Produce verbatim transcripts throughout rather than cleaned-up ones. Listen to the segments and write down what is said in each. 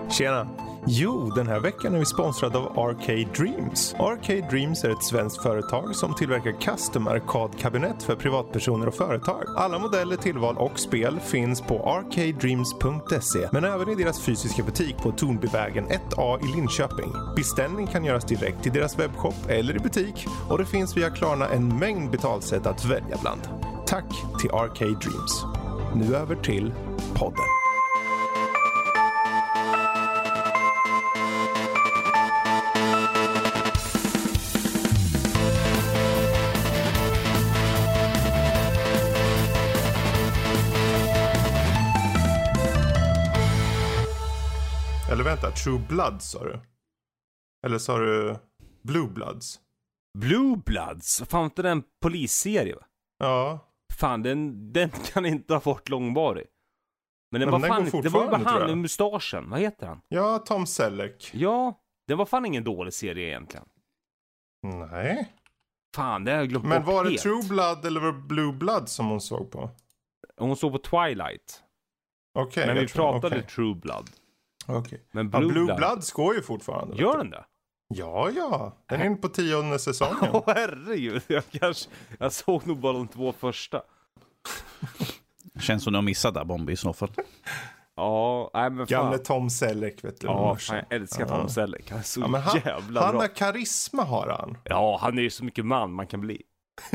Tjena! Jo, den här veckan är vi sponsrade av Arcade Dreams. Arcade Dreams är ett svenskt företag som tillverkar custom arkadkabinett för privatpersoner och företag. Alla modeller, tillval och spel finns på arcade dreams punkt se, men även i deras fysiska butik på Tornbyvägen ett A i Linköping. Beställning kan göras direkt i deras webbshop eller i butik, och det finns via Klarna en mängd betalsätt att välja bland. Tack till Arcade Dreams. Nu över till podden. Eller vänta, True Blood sa du? Eller sa du Blue Bloods? Blue Bloods? Fan, inte den polisserie, va? Ja. Fan, den, den kan inte ha varit långvarig. Men den Men var den fan, går det var ju bara fortfarande, han tror med jag. mustaschen. Vad heter han? Ja, Tom Selleck. Ja, det var fan ingen dålig serie egentligen. Nej. Fan, det har jag glömt Men bort var det helt. True Blood eller var det Blue Blood som hon såg på? Hon såg på Twilight. Okej. Men vi jag tror- pratade okej. True Blood. Okej. Men Ja, Blue, Blue Blood. Bloods går ju fortfarande. Gör vet den det? du. Ja, ja. Den är inne på tionde säsongen. Åh, herregud. Jag, kanske, jag såg nog bara de två första. Känns som du har missat där, Bombi, i så fall. Ja, nej men fan. Gamle Tom Selleck, vet du. Ja, fan, jag älskar Tom Ja. Selleck. Han är så Ja, men han, jävla han bra. har karisma, har han. Ja, han är ju så mycket man man kan bli.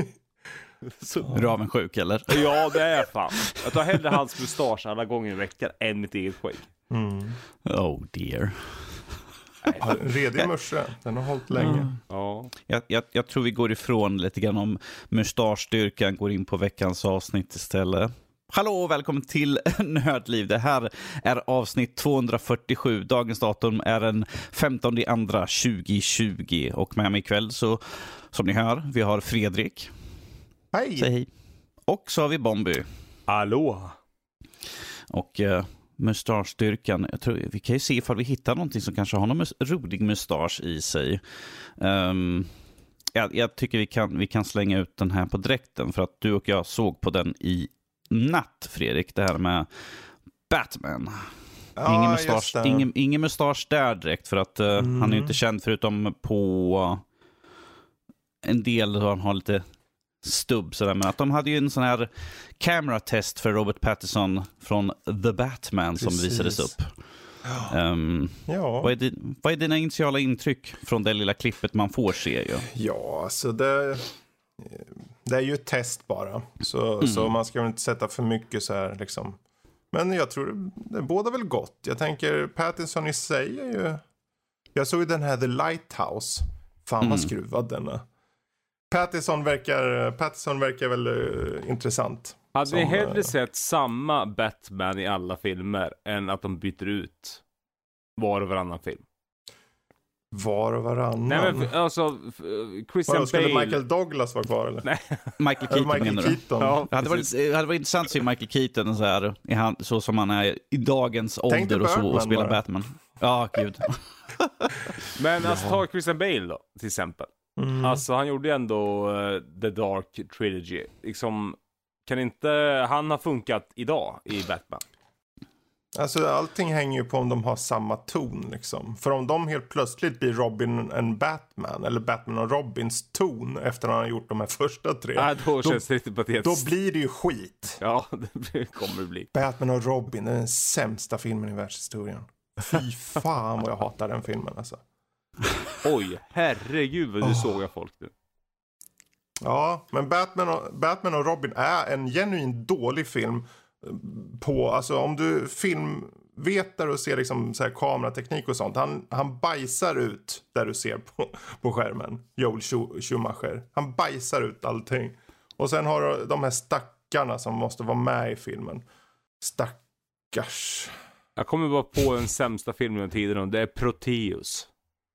Så... Är du avundsjuk, eller? Ja, det är fan. Jag tar hellre hans mustasch alla gånger i veckan än mitt eget skägg. Mm. Oh dear. Ja, redig morse. Den har hållit länge. Mm. Ja. Jag, jag, jag tror vi går ifrån lite grann om mustaschstyrkan, går in på veckans avsnitt istället. Hallå och välkommen till Nördliv. Det här är avsnitt tvåhundrafyrtiosju. Dagens datum är den femtonde andra tjugohundratjugo. Och med mig ikväll så, som ni hör, vi har Fredrik. Hej! Säg hej. Och så har vi Bombi. Hallå. Och uh, mustaschstyrkan, jag tror, vi kan ju se ifall vi hittar någonting som kanske har någon mus- rolig mustasch i sig. Um, jag, jag tycker vi kan, vi kan slänga ut den här på direkten, för att du och jag såg på den i natt, Fredrik. Det här med Batman. Ja, ingen, just mustasch, det. ingen, ingen mustasch där direkt, för att uh, Mm. han är ju inte känd förutom på uh, en del där han har lite stubb sådär, men att de hade ju en sån här camera test för Robert Pattinson från The Batman. Precis. Som visades upp. Ja. Um, Ja. vad, är din, vad är dina initiala intryck från det lilla klippet man får se ju? Ja, alltså det, det är ju ett test bara. Så, Mm. så man ska väl inte sätta för mycket så här liksom. Men jag tror det, det båda väl gott. Jag tänker Pattinson i sig är ju... Jag såg ju den här The Lighthouse. Fan vad Mm. skruvad den är. Pattinson verkar, Pattinson verkar väl uh, intressant. Hade Som, ni hellre eh, sett samma Batman i alla filmer än att de byter ut var och varannan film? Var och varannan. Nej, men alltså Christian Vadå, skulle Bale. Michael Douglas vara kvar eller? Nej. Michael Eller Keaton Michael menar du? Keaton. Ja, Det hade, varit, det hade varit intressant att se Michael Keaton så, här, i han, så som han är i dagens Tänk dig ålder och, så, och Batman spela bara. Batman. Ja, gud. Men alltså ta Christian Bale då, till exempel. Mm. Alltså han gjorde ju ändå uh, The Dark Trilogy. Liksom, kan inte han ha funkat idag i Batman? Alltså allting hänger ju på om de har samma ton liksom. För om de helt plötsligt blir Robin and Batman, eller Batman och Robins ton efter att han har gjort de här första tre. Nej, då, då, känns det riktigt patetiskt. då blir det ju skit. Ja, det kommer det bli. Batman och Robin är den sämsta filmen i världshistorien. Fy fan vad jag hatar den filmen alltså. Oj, herregud vad du Oh. sågar folk nu. Ja, men Batman och, Batman och Robin är en genuint dålig film på, alltså om du filmvetar och ser liksom så här kamerateknik och sånt, han, han bajsar ut där du ser på, på skärmen, Joel Schumacher. Han bajsar ut allting. Och sen har du de här stackarna som måste vara med i filmen. Stackars. Jag kommer bara på den sämsta filmen av tiden och det är Proteus.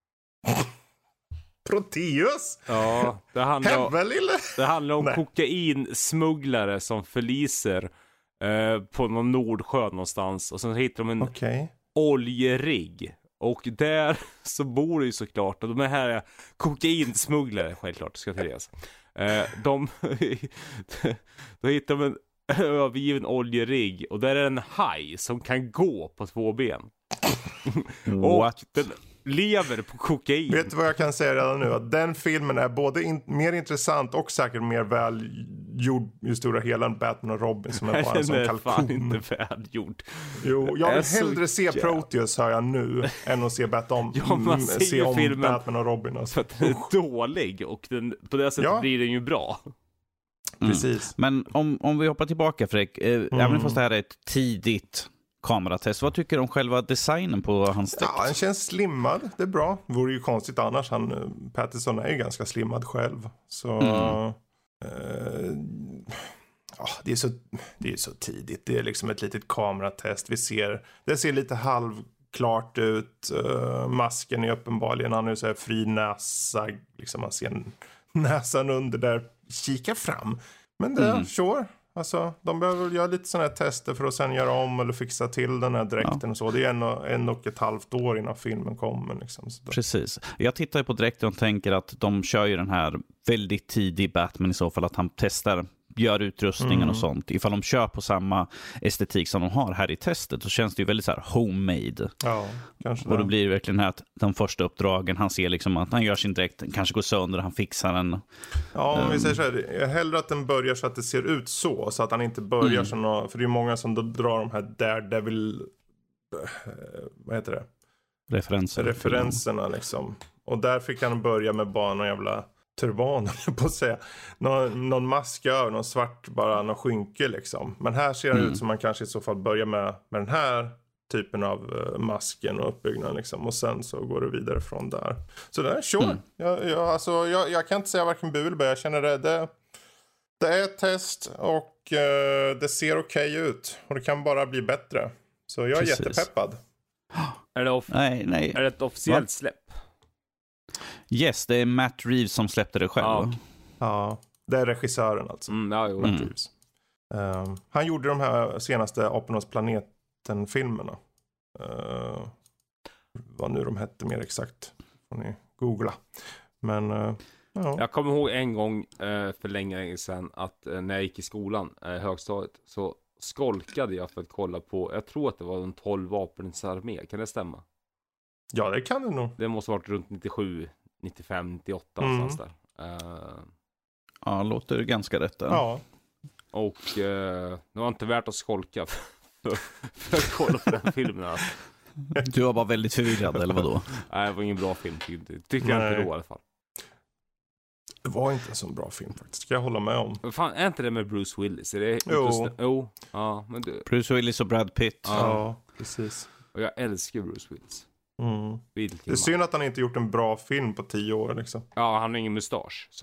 Proteus? Ja, det handlar om, Hemma lille? det handlar om Nej. kokainsmugglare som förliser eh, på någon Nordsjö någonstans. Och sen hittar de en Okej. oljerigg. Och där så bor det ju såklart. Och de här är kokainsmugglare, självklart ska tilläggas. Eh, de då hittar de en övergiven oljerigg. Och där är en haj som kan gå på två ben. Och den lever på kokain. Vet du vad jag kan säga redan nu? Att den filmen är både in, mer intressant och säkert mer välgjord i stora hela än Batman och Robin som är bara en sån kalkon. Fan inte välgjord. Jo, jag vill så hellre se jävla... Proteus hör jag nu än att se Batman. Ja, man ser se om filmen Batman och Robin. Alltså. för att den är dålig och den, på det sättet ja. blir den ju bra. Mm. Precis. Men om, om vi hoppar tillbaka Fredrik, eh, mm. även fast det här är ett tidigt kameratest, vad tycker du om själva designen på hans dräkt? Ja, den känns slimmad, det är bra. Det vore ju konstigt annars, han, Pattinson är ju ganska slimmad själv. Så, mm. eh, ja, det är så, det är så tidigt, det är liksom ett litet kameratest. Vi ser, det ser lite halvklart ut, uh, masken är uppenbarligen, han är så här fri näsa, liksom man ser näsan under där, kika fram. Men det, mm. sure. Alltså, de behöver väl göra lite sådana här tester för att sen göra om eller fixa till den här dräkten ja. och så. Det är en och, en och ett halvt år innan filmen kommer. Liksom, så precis. Jag tittar på dräkten och tänker att de kör ju den här väldigt tidig Batman i så fall, att han testar, gör utrustningen mm. och sånt. Ifall de kör på samma estetik som de har här i testet så känns det ju väldigt så här homemade. Ja, kanske och då blir det verkligen här att de första uppdragen, han ser liksom att han gör sin dräkt, kanske går sönder, han fixar den. Ja, om um, vi säger så här, jag hellre att den börjar så att det ser ut så, så att han inte börjar mm. som någon, för det är många som då drar de här Daredevil, vad heter det? Referenser. Referenserna liksom. Och där fick han börja med bara någon jävla turban på att säga. Någon, någon mask över, någon svart, bara någon skynke liksom. Men här ser det mm. ut som man kanske i så fall börjar med, med den här typen av uh, masken och uppbyggnaden liksom. Och sen så går det vidare från där. Så det är sure. Mm. Jag, jag, alltså, jag, jag kan inte säga varken bu eller bä. Jag känner det, det, det är ett test och uh, det ser okej okay ut. Och det kan bara bli bättre. Så jag är Precis. jättepeppad. Är det, off- nej, nej. är det ett officiellt Va? släpp? Yes, det är Matt Reeves som släppte det själv. Ja, ja det är regissören alltså. Mm, ja, jo. Matt mm. Reeves. Um, han gjorde de här senaste Apornas planeten-filmerna. Uh, vad nu de hette mer exakt får ni googla. Men uh, ja. Jag kommer ihåg en gång uh, för länge sedan att uh, när jag gick i skolan, uh, högstadiet, så skolkade jag för att kolla på, jag tror att det var en tolv vapens armé. Kan det stämma? Ja, det kan det nog. Det måste ha varit runt nittiosju, nittiofem, nittioåtta mm. någonstans där. Uh, ja, låter ganska rätt där. Ja. Och uh, det var inte värt att skolka för, för att kolla på den filmen. Alltså. Du var bara väldigt förvirrad, eller vadå? Nej, det var ingen bra film. Tycker jag inte då i alla fall. Det var inte en så bra film faktiskt. Ska jag hålla med om. Fan, är inte det med Bruce Willis? Är det jo. Just... jo. Ja, men du... Bruce Willis och Brad Pitt. Ja, ja precis. Och jag älskar Bruce Willis. Mm. Det är synd att han inte gjort en bra film på tio år liksom. Ja, han har ingen mustasch så.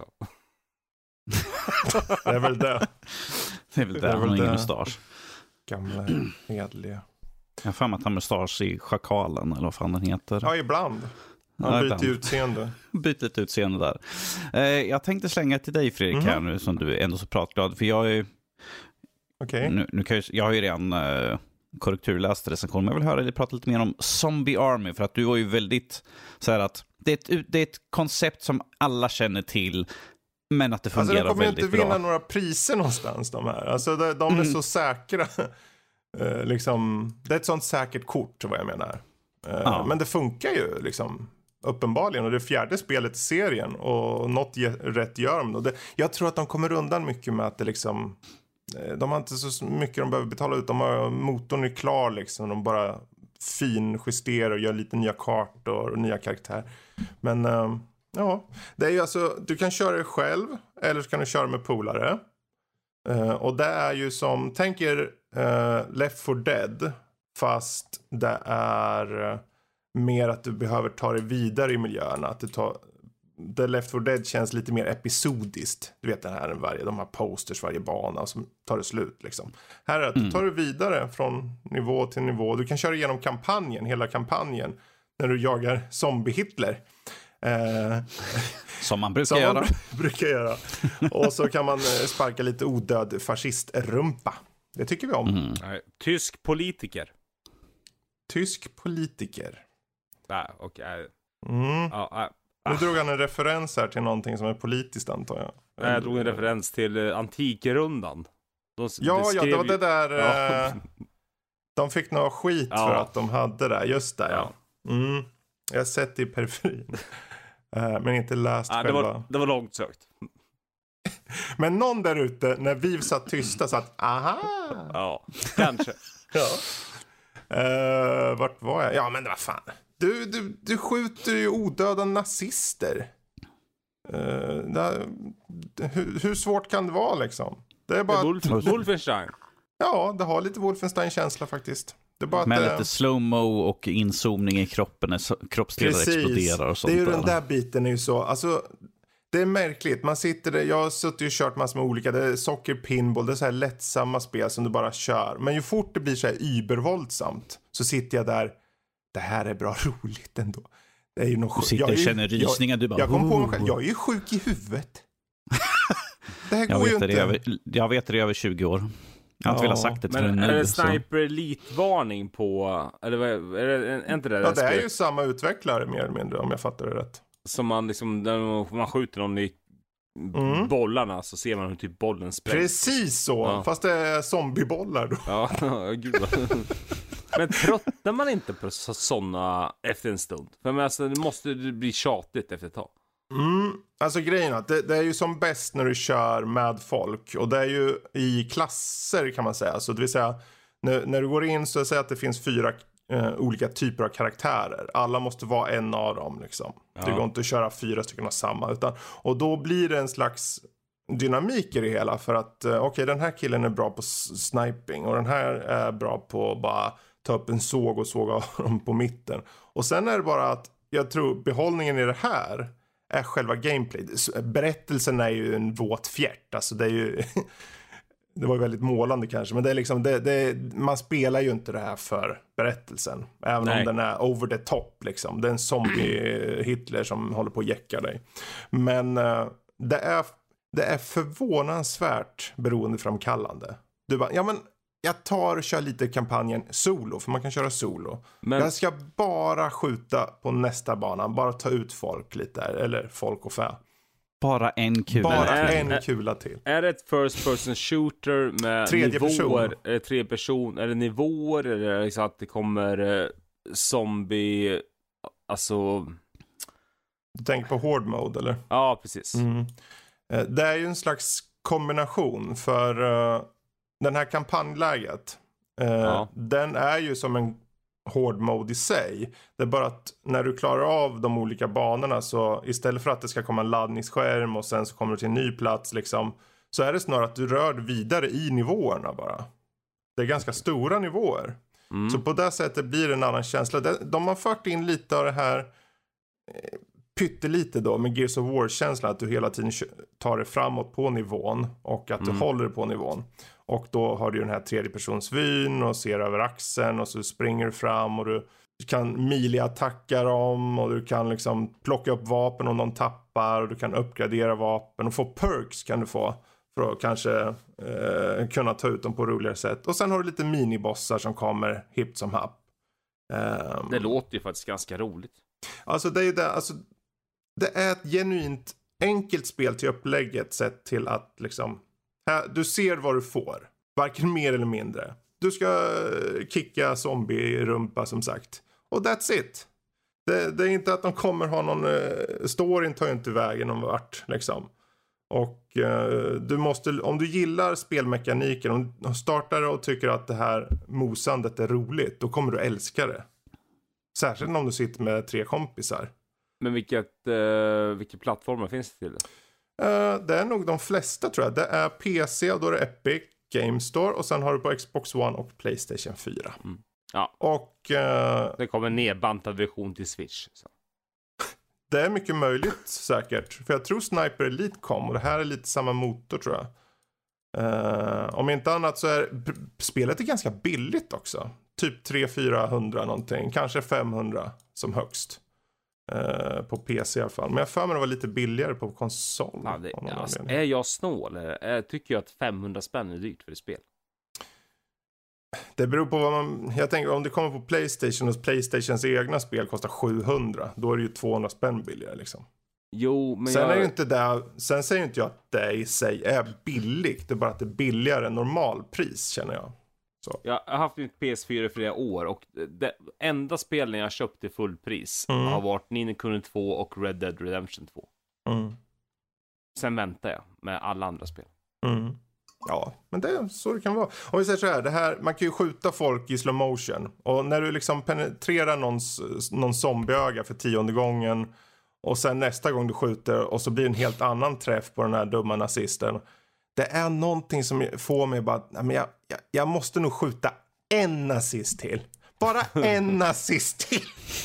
Det är väl det. Det är väl det, det är han har ingen mustasch. Gamla hedliga. Jag har fan att han har mustasch i Schakalen eller vad fan den heter. Ja, ibland. Han ja, byter utseende. Byter ett utseende där. Eh, jag tänkte slänga till dig Fredrik mm. här nu som du är ändå så pratglad. För jag är ju... Okej. Okay. Nu, nu kan jag, jag har ju redan eh, korrekturläst recension. Men jag vill höra dig prata lite mer om Zombie Army. För att du var ju väldigt så här att det är ett, det är ett koncept som alla känner till. Men att det fungerar alltså, de väldigt bra. De kommer inte vinna några priser någonstans de här. Alltså de, de är mm. så säkra. uh, liksom, det är ett sånt säkert kort vad jag menar. Uh, ja. Men det funkar ju liksom. Uppenbarligen, och det är fjärde spelet i serien och något ge- rätt gör de. Och det, jag tror att de kommer undan mycket med att det liksom, de har inte så mycket de behöver betala ut. De har, motorn är klar liksom, de bara finjusterar och gör lite nya kartor och nya karaktär. Men äh, ja, det är ju alltså, du kan köra det själv eller så kan du köra med polare. Uh, och det är ju som, tänk er uh, Left four Dead, fast det är uh, mer att du behöver ta dig vidare i miljöerna. Att du tar, The Left four Dead känns lite mer episodiskt. Du vet den här, varje, de har posters varje bana som tar det slut liksom. Här är att du tar dig vidare från nivå till nivå. Du kan köra igenom kampanjen, hela kampanjen, när du jagar zombie-Hitler. Eh, som man brukar som göra. Man brukar göra. Och så kan man sparka lite odöd fascistrumpa. Det tycker vi om. Mm. Tysk politiker. Tysk politiker. Ja, och äh, mm. ja, äh, Nu drog han en referens här till någonting som är politiskt, antar jag. Jag drog en referens till uh, Antikrundan. De, ja, de ja, det var ju... det där... Ja. Uh, De fick några skit Ja. för att de hade det. Just det, ja. Ja. Mm. Jag har sett det i periferin. uh, men inte läst Ja, det, själva. var, det var långt sökt. Men någon där ute, när vi satt tysta, så att aha. Ja, kanske. Ja. Uh, vart var jag? Ja, men vad fan. Du, du, du skjuter ju odöda nazister. Uh, där, hur, hur svårt kan det vara liksom? Det är bara... Wolf, Wolfenstein. Ja, det har lite Wolfenstein-känsla faktiskt. Det är bara Med att, lite slow-mo och inzoomning i kroppen när so- kroppsdelar precis. exploderar och sånt. Det är ju där. den där biten är ju så, alltså det är märkligt. Man sitter där, jag har suttit och kört massor med olika, det är socker pinball, det är så här lättsamma spel som du bara kör. Men ju fort det blir så här übervåldsamt så sitter jag där, det här är bra roligt ändå. Det är ju något, Du sitter och känner rysningar, jag, du bara... Jag kom på mig själv, jag är ju sjuk i huvudet. Det här jag, går ju vet det, inte. över, jag vet det i över tjugo år. Jag har inte Ja, velat sagt det till Men nu. är det så- Sniper Elite-varning på... Eller vad är, är, det, är inte det Ja, där det är spelet ju samma utvecklare mer eller mindre om jag fattar det rätt. som man liksom... När man skjuter någon i Mm. bollarna så ser man hur typ bollen sprängs. Precis så, Ja. fast det är zombiebollar då. Ja, gud vad... Men tröttnar man inte på sådana efter en stund? För men alltså, det måste bli tjatigt efter ett tag. Mm, alltså grejen är att det, det är ju som bäst när du kör med folk. Och det är ju i klasser kan man säga. Så det vill säga, när, när du går in så säger att det finns fyra eh, olika typer av karaktärer. Alla måste vara en av dem liksom. Ja. Det går inte att köra fyra stycken av samma. Utan, och då blir det en slags dynamik i det hela. För att eh, okej, okay, den här killen är bra på s- sniping. Och den här är bra på att bara ta upp en såg och såga av dem på mitten. Och sen är det bara att jag tror behållningen i det här är själva gameplay. Berättelsen är ju en våt fjärt. Alltså det är ju... det var ju väldigt målande kanske. Men det är liksom... Det, det, man spelar ju inte det här för berättelsen. Även Nej. om den är over the top liksom. Det är en zombie-Hitler som håller på att jäcka dig. Men uh, det, är, det är förvånansvärt beroendeframkallande. Du bara, ja men... Jag tar och kör lite kampanjen solo. För man kan köra solo. Men... Jag ska bara skjuta på nästa bana. Bara ta ut folk lite. Eller folk och fä. Bara en kula. Bara Är- en är- kula till. Är det ett first person shooter med Tredje nivåer? person. Är det tre person? Är det nivåer? Eller är det så att det kommer eh, zombie... Alltså... Du tänker på horde mode eller? Ja, precis. Mm. Eh, Det är ju en slags kombination. För uh, den här kampanjläget. Uh, Ja. Den är ju som en horde mode i sig. Det är bara att när du klarar av de olika banorna så istället för att det ska komma en laddningsskärm och sen så kommer du till en ny plats liksom, så är det snarare att du rör dig vidare i nivåerna bara. Det är ganska stora nivåer. Mm. Så på det sättet blir det en annan känsla. De, de har fört in lite av det här eh, pyttelite då med Gears of War-känslan, att du hela tiden kö- tar det framåt på nivån och att du Mm. håller på nivån. Och då har du den här tredjepersonsvyn och ser över axeln och så springer du fram och du kan melee-attacka dem och du kan liksom plocka upp vapen om de tappar och du kan uppgradera vapen och få perks kan du få för att kanske eh, kunna ta ut dem på roligare sätt. Och sen har du lite minibossar som kommer hipp som happ. Um, Det låter ju faktiskt ganska roligt. Alltså det är ju det, alltså det är ett genuint enkelt spel till upplägget sett till att liksom här, du ser vad du får, varken mer eller mindre. Du ska eh, kicka zombie-rumpa som sagt. Och that's it. Det, det är inte att de kommer ha någon eh, storyn tar ju inte vägen någon vart liksom. Och eh, du måste, om du gillar spelmekaniken, om du startar och tycker att det här mosandet är roligt, då kommer du älska det. Särskilt om du sitter med tre kompisar. Men vilket, eh, vilka plattformar finns det till det? Uh, det är nog de flesta tror jag. Det är P C och då är det Epic Game Store. Och sen har du på Xbox One och PlayStation fyra. Mm. Ja. Och uh, Det kommer en nedbantad version till Switch. Så. det är mycket möjligt säkert. För jag tror Sniper Elite kom. Och det här är lite samma motor tror jag. Uh, om inte annat så är b- spelet är ganska billigt också. Typ tre hundra till fyrahundra någonting. Kanske femhundra som högst. Uh, på P C i alla fall. Men jag för mig det var lite billigare på konsol. Ja, det, av någon alltså, anledning. är jag snål? Eller? Jag tycker jag att femhundra spänn är dyrt för ett spel. Det beror på vad man... Jag tänker om det kommer på PlayStation och PlayStations egna spel kostar sjuhundra. Då är det ju tvåhundra spänn billigare liksom. Jo, men Sen jag... är det inte det... Sen säger inte jag att det i sig är billigt. Det är bara att det är billigare än normalpris känner jag. Så. Jag har haft mitt P S fyra i flera år och det enda spelen jag köpt till fullpris Mm. har varit Ni no Kuni två och Red Dead Redemption två. Mm. Sen väntar jag med alla andra spel. Mm. Ja, men det är så det kan vara. Om vi säger så här, det här, man kan ju skjuta folk i slow motion. Och när du liksom penetrerar någons, någon zombieöga för tionde gången och sen nästa gång du skjuter och så blir det en helt annan träff på den här dumma nazisten. Det är någonting som får mig bara, men jag, jag, jag måste nog skjuta en nazist till. Bara en nazist till.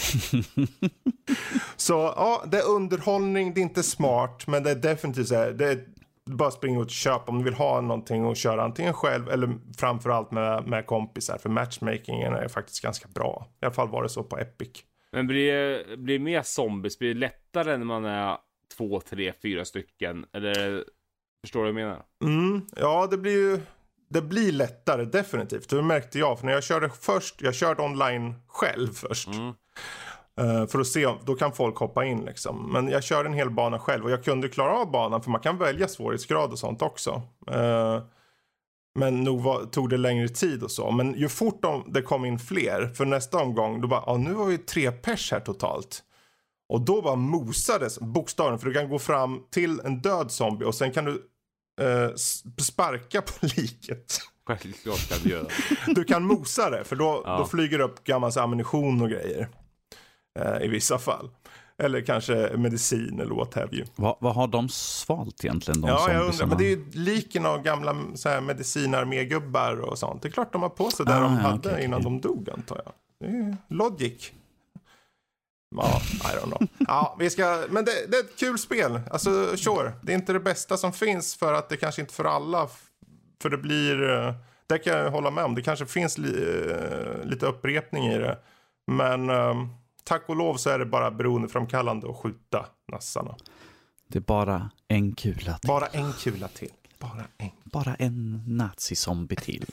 Så ja, det är underhållning, det är inte smart, men det är definitivt så här, det är bara springa ut och köpa om du vill ha någonting och köra antingen själv eller framförallt med, med kompisar, för matchmakingen är faktiskt ganska bra. I alla fall var det så på Epic. Men blir det, blir det mer zombies? Blir det lättare när man är två, tre, fyra stycken? Eller förstår du vad jag menar? Mm, ja, det blir ju det blir lättare definitivt. Det märkte jag, för när jag körde först, jag körde online själv först. Mm. Uh, för att se om, då kan folk hoppa in liksom. Men jag körde en hel bana själv och jag kunde klara av banan, för man kan välja svårighetsgrad och sånt också. Uh, men nog var, tog det längre tid och så. Men ju fort de, det kom in fler, för nästa omgång, då bara, ja, nu var vi tre pers här totalt. Och då bara mosades bokstaven, för du kan gå fram till en död zombie och sen kan du uh, sparka på liket. Självklart kan du göra. Du kan mosa det, för då, Ja. då flyger det upp gammal ammunition och grejer. I vissa fall. Eller kanske medicin eller what have you. Vad, vad har de svalt egentligen? De Ja, jag undrar. zombiesarna? Men det är ju liken av gamla så här, medicinarmégubbar och sånt. Det är klart de har på sig där Ah, de ja, hade okej, okej. innan de dog, antar jag. Det är logic. Ja, I don't know. Ja, vi ska, men det, det är ett kul spel. Alltså, sure. Det är inte det bästa som finns, för att det kanske inte för alla. För det blir, eh, det kan jag hålla med om. Det kanske finns li, eh, lite upprepning i det. Men eh, tack och lov så är det bara beroendeframkallande att skjuta nassarna. Det är bara en kula till. Bara en kula till. Bara en. Bara en nazi-zombie till.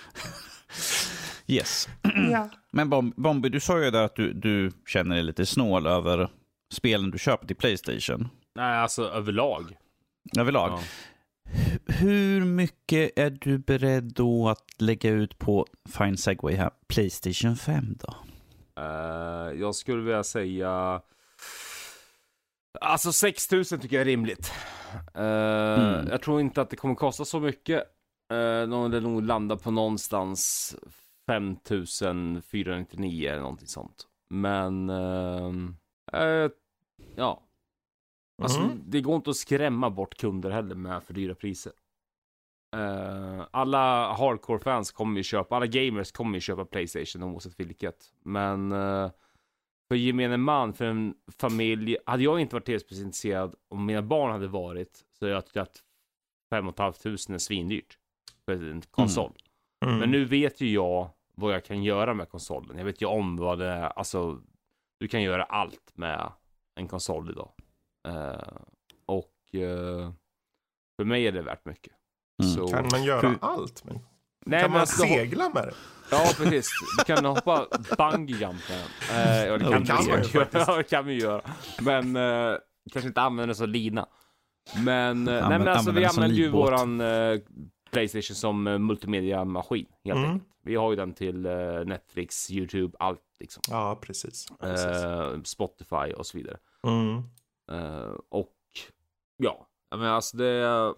Yes. Ja. Men Bom- Bombi, du sa ju där att du, du känner dig lite snål över spelen du köper till PlayStation. Nej, alltså överlag. Överlag. Ja. Hur mycket är du beredd då att lägga ut på, fine segway här, PlayStation fem då? Uh, jag skulle vilja säga... Alltså sex tusen tycker jag är rimligt. Uh, Mm. Jag tror inte att det kommer kosta så mycket. Uh, någon det nog landa på någonstans fem tusen fyrahundranittionio eller någonting sånt. Men... Uh, uh, ja. Alltså, Mm. det går inte att skrämma bort kunder heller med för dyra priser. Uh, alla hardcore-fans kommer ju köpa, alla gamers kommer ju köpa PlayStation oavsett vilket. Men uh, för gemene man, för en familj, hade jag inte varit tv-spelsintresserad, om mina barn hade varit, så jag tycker att fem och ett halvt tusen är svindyrt för en konsol. Mm. Men nu vet ju jag vad jag kan göra med konsolen. Jag vet ju om vad det är, alltså du kan göra allt med en konsol idag. Uh, och uh, för mig är det värt mycket. Mm. Så, Kan man göra Hur- allt? Men nej, kan men man alltså, segla med det? ja, precis. Du kan hoppa bungee jump med den. Uh, ja, det Ja, kan, det man kan man ju ju faktiskt. Ja, det kan vi göra. Men uh, kanske inte använda som lina. Men, uh, nej, Använd- men alltså använda vi den som använder ju livbåt. våran uh, PlayStation som uh, multimedia-maskin, helt Mm. enkelt. Vi har ju den till uh, Netflix, YouTube, allt liksom. Ja, precis. precis. Uh, Spotify och så vidare. Mm. Uh, och ja, men alltså det...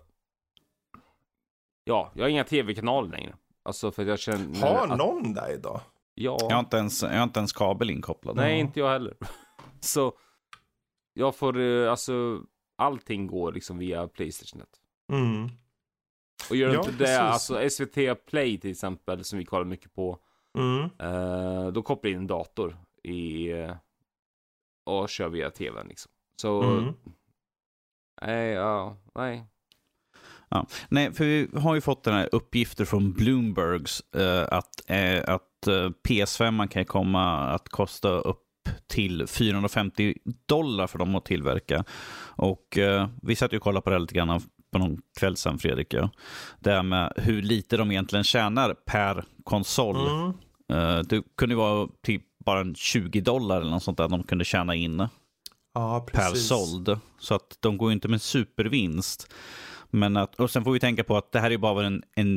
Ja, jag har inga tv-kanaler längre. Alltså för att jag känner... Har att, någon där idag? Ja. Jag har inte ens, jag har inte ens kabel inkopplad. Nej, inte jag heller. Så jag får, eh, alltså allting går liksom via PlayStation. Mm. Och gör Ja, inte det, precis. alltså S V T Play till exempel, som vi kollar mycket på, Mm. eh, då kopplar jag in en dator i eh, och kör via tvn liksom. Så Mm. nej, ja, nej. Ja. Nej, för vi har ju fått den här uppgifter från Bloombergs eh, att, eh, att eh, P S fem man kan komma att kosta upp till fyrahundrafemtio dollar för dem att tillverka. Och eh, vi satt ju och kollade på det lite grann på någon kväll sen, Fredrik. Ja. Det här med hur lite de egentligen tjänar per konsol. Mm. Eh, det kunde ju vara typ bara en tjugo dollar eller något sånt där de kunde tjäna in Ja, per precis. såld. Så att de går ju inte med supervinst. Men att, och sen får vi tänka på att det här är bara en, en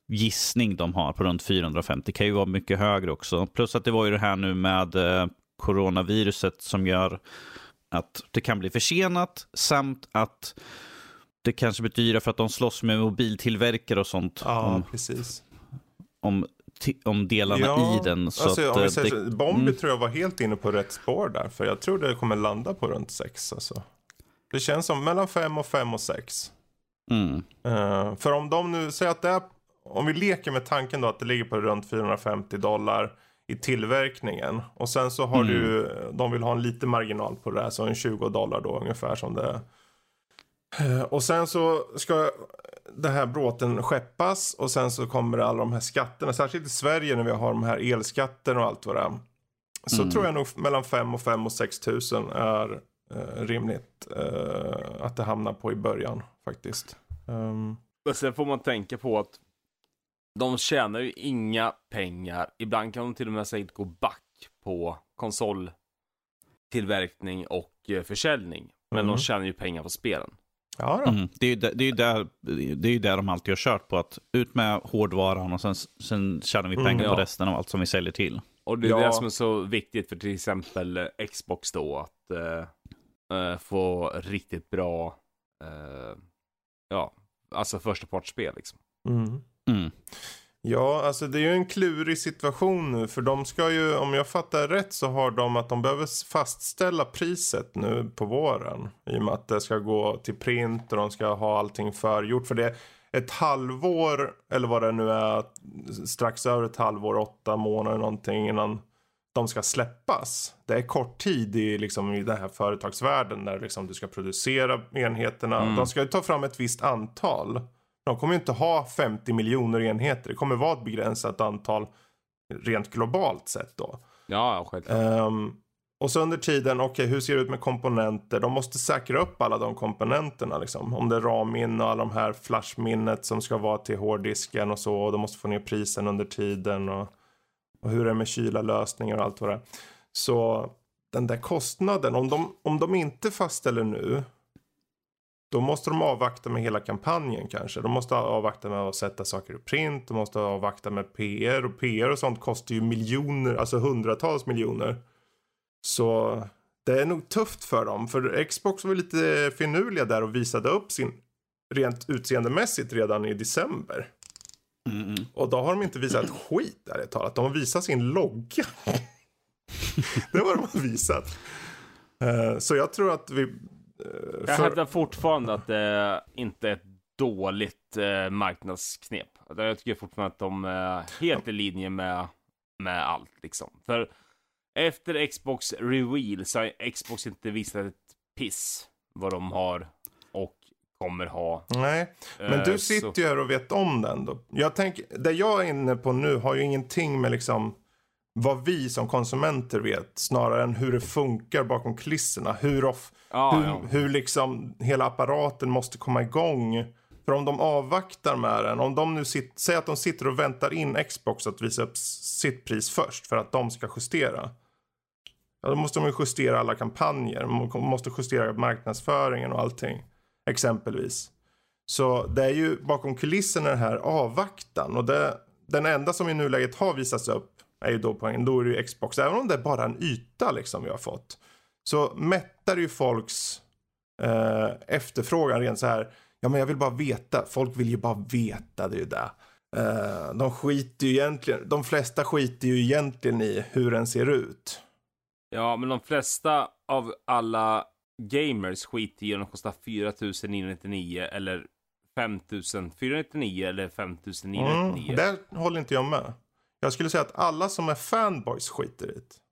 gissning de har på runt fyrahundrafemtio. Kan ju vara mycket högre också. Plus att det var ju det här nu med eh, coronaviruset som gör att det kan bli försenat, samt att det kanske blir dyrare för att de slåss med mobiltillverkare och sånt. Ja, om, precis. Om, om delarna ja, i den. Så alltså, att, om vi säger det, så, Bombi mm. tror jag var helt inne på rätt spår där. För jag tror det kommer landa på runt sex. Alltså. Det känns som mellan fem och fem och sex. Mm. Uh, för om de nu säger att det är, om vi leker med tanken då att det ligger på runt fyrahundrafemtio dollar i tillverkningen. Och sen så har mm. du, de vill ha en liten marginal på det här. Så en tjugo dollar då ungefär som det är. Uh, och sen så ska det här bråten skeppas. Och sen så kommer alla de här skatterna. Särskilt i Sverige när vi har de här elskatten och allt vad det är. Så mm. tror jag nog mellan fem och fem och sex tusen är uh, rimligt uh, att det hamnar på i början faktiskt. Um. Och sen får man tänka på att de tjänar ju inga pengar. Ibland kan de till och med säkert gå back på konsoltillverkning och eh, försäljning. Men mm. de tjänar ju pengar på spelen. Ja då. Mm. Det är ju där, det är där, det är ju där de alltid har kört på. Att ut med hårdvaran och sen, sen tjänar vi pengar mm, ja. på resten av allt som vi säljer till. Och det är ja. det som är så viktigt för till exempel Xbox då. Att eh, eh, få riktigt bra eh, ja, alltså första partsspel liksom. Mm. Mm. Ja, alltså det är ju en klurig situation nu. För de ska ju, om jag fattar rätt så har de att de behöver fastställa priset nu på våren. I och med att det ska gå till print och de ska ha allting förgjort. För det är ett halvår, eller vad det nu är, strax över ett halvår, åtta månader någonting innan de ska släppas. Det är kort tid i, liksom, i den här företagsvärlden där liksom, du ska producera enheterna. Mm. De ska ju ta fram ett visst antal. De kommer ju inte ha femtio miljoner enheter. Det kommer vara ett begränsat antal rent globalt sett då. Ja, självklart. Um, och så under tiden, okej, okay, hur ser det ut med komponenter? De måste säkra upp alla de komponenterna liksom. Om det är RAM-minne och alla de här flashminnet som ska vara till hårddisken och så. Och de måste få ner prisen under tiden och, och hur det är med kyla lösningar och allt vad det är. Så den där kostnaden, om de, om de inte fastställer nu, då måste de avvakta med hela kampanjen kanske. De måste avvakta med att sätta saker i print. De måste avvakta med P R. Och P R och sånt kostar ju miljoner, alltså hundratals miljoner. Så det är nog tufft för dem. För Xbox var lite finurliga där och visade upp sin rent utseendemässigt redan i december. Mm. Och då har de inte visat skit där det talat. De har visat sin logga. Det var de har visat. Uh, så jag tror att vi... För... Jag hävdar fortfarande att det inte är ett dåligt eh, marknadsknep. Jag tycker fortfarande att de är helt i linje med, med allt liksom. För efter Xbox Reveal så har Xbox inte visat ett piss vad de har och kommer ha. Nej, men du sitter så... ju här och vet om den då. Jag tänker, det jag är inne på nu har ju ingenting med liksom vad vi som konsumenter vet, snarare än hur det funkar bakom kulisserna. Hur, off, ah, hur, ja. hur liksom hela apparaten måste komma igång. För om de avvaktar med den, om de nu sitter, säger att de sitter och väntar in Xbox att visa upp sitt pris först för att de ska justera. Ja, då måste de ju justera alla kampanjer. De måste justera marknadsföringen och allting. Exempelvis. Så det är ju bakom kulisserna det här avvaktan. Och det, den enda som i nuläget har visats upp är ju då poängen. Då är det ju Xbox. Även om det är bara en yta liksom vi har fått. Så mättar ju folks eh, efterfrågan rent så här. Ja, men jag vill bara veta. Folk vill ju bara veta, det är ju det. Uh, de skiter ju egentligen, de flesta skiter ju egentligen i hur den ser ut. Ja, men de flesta av alla gamers skiter i om de kostar fyra tusen niohundranittionio eller fem tusen fyrahundranittionio eller fem tusen niohundranittionio. Mm, där håller inte jag med. Jag skulle säga att alla som är fanboys skiter i det.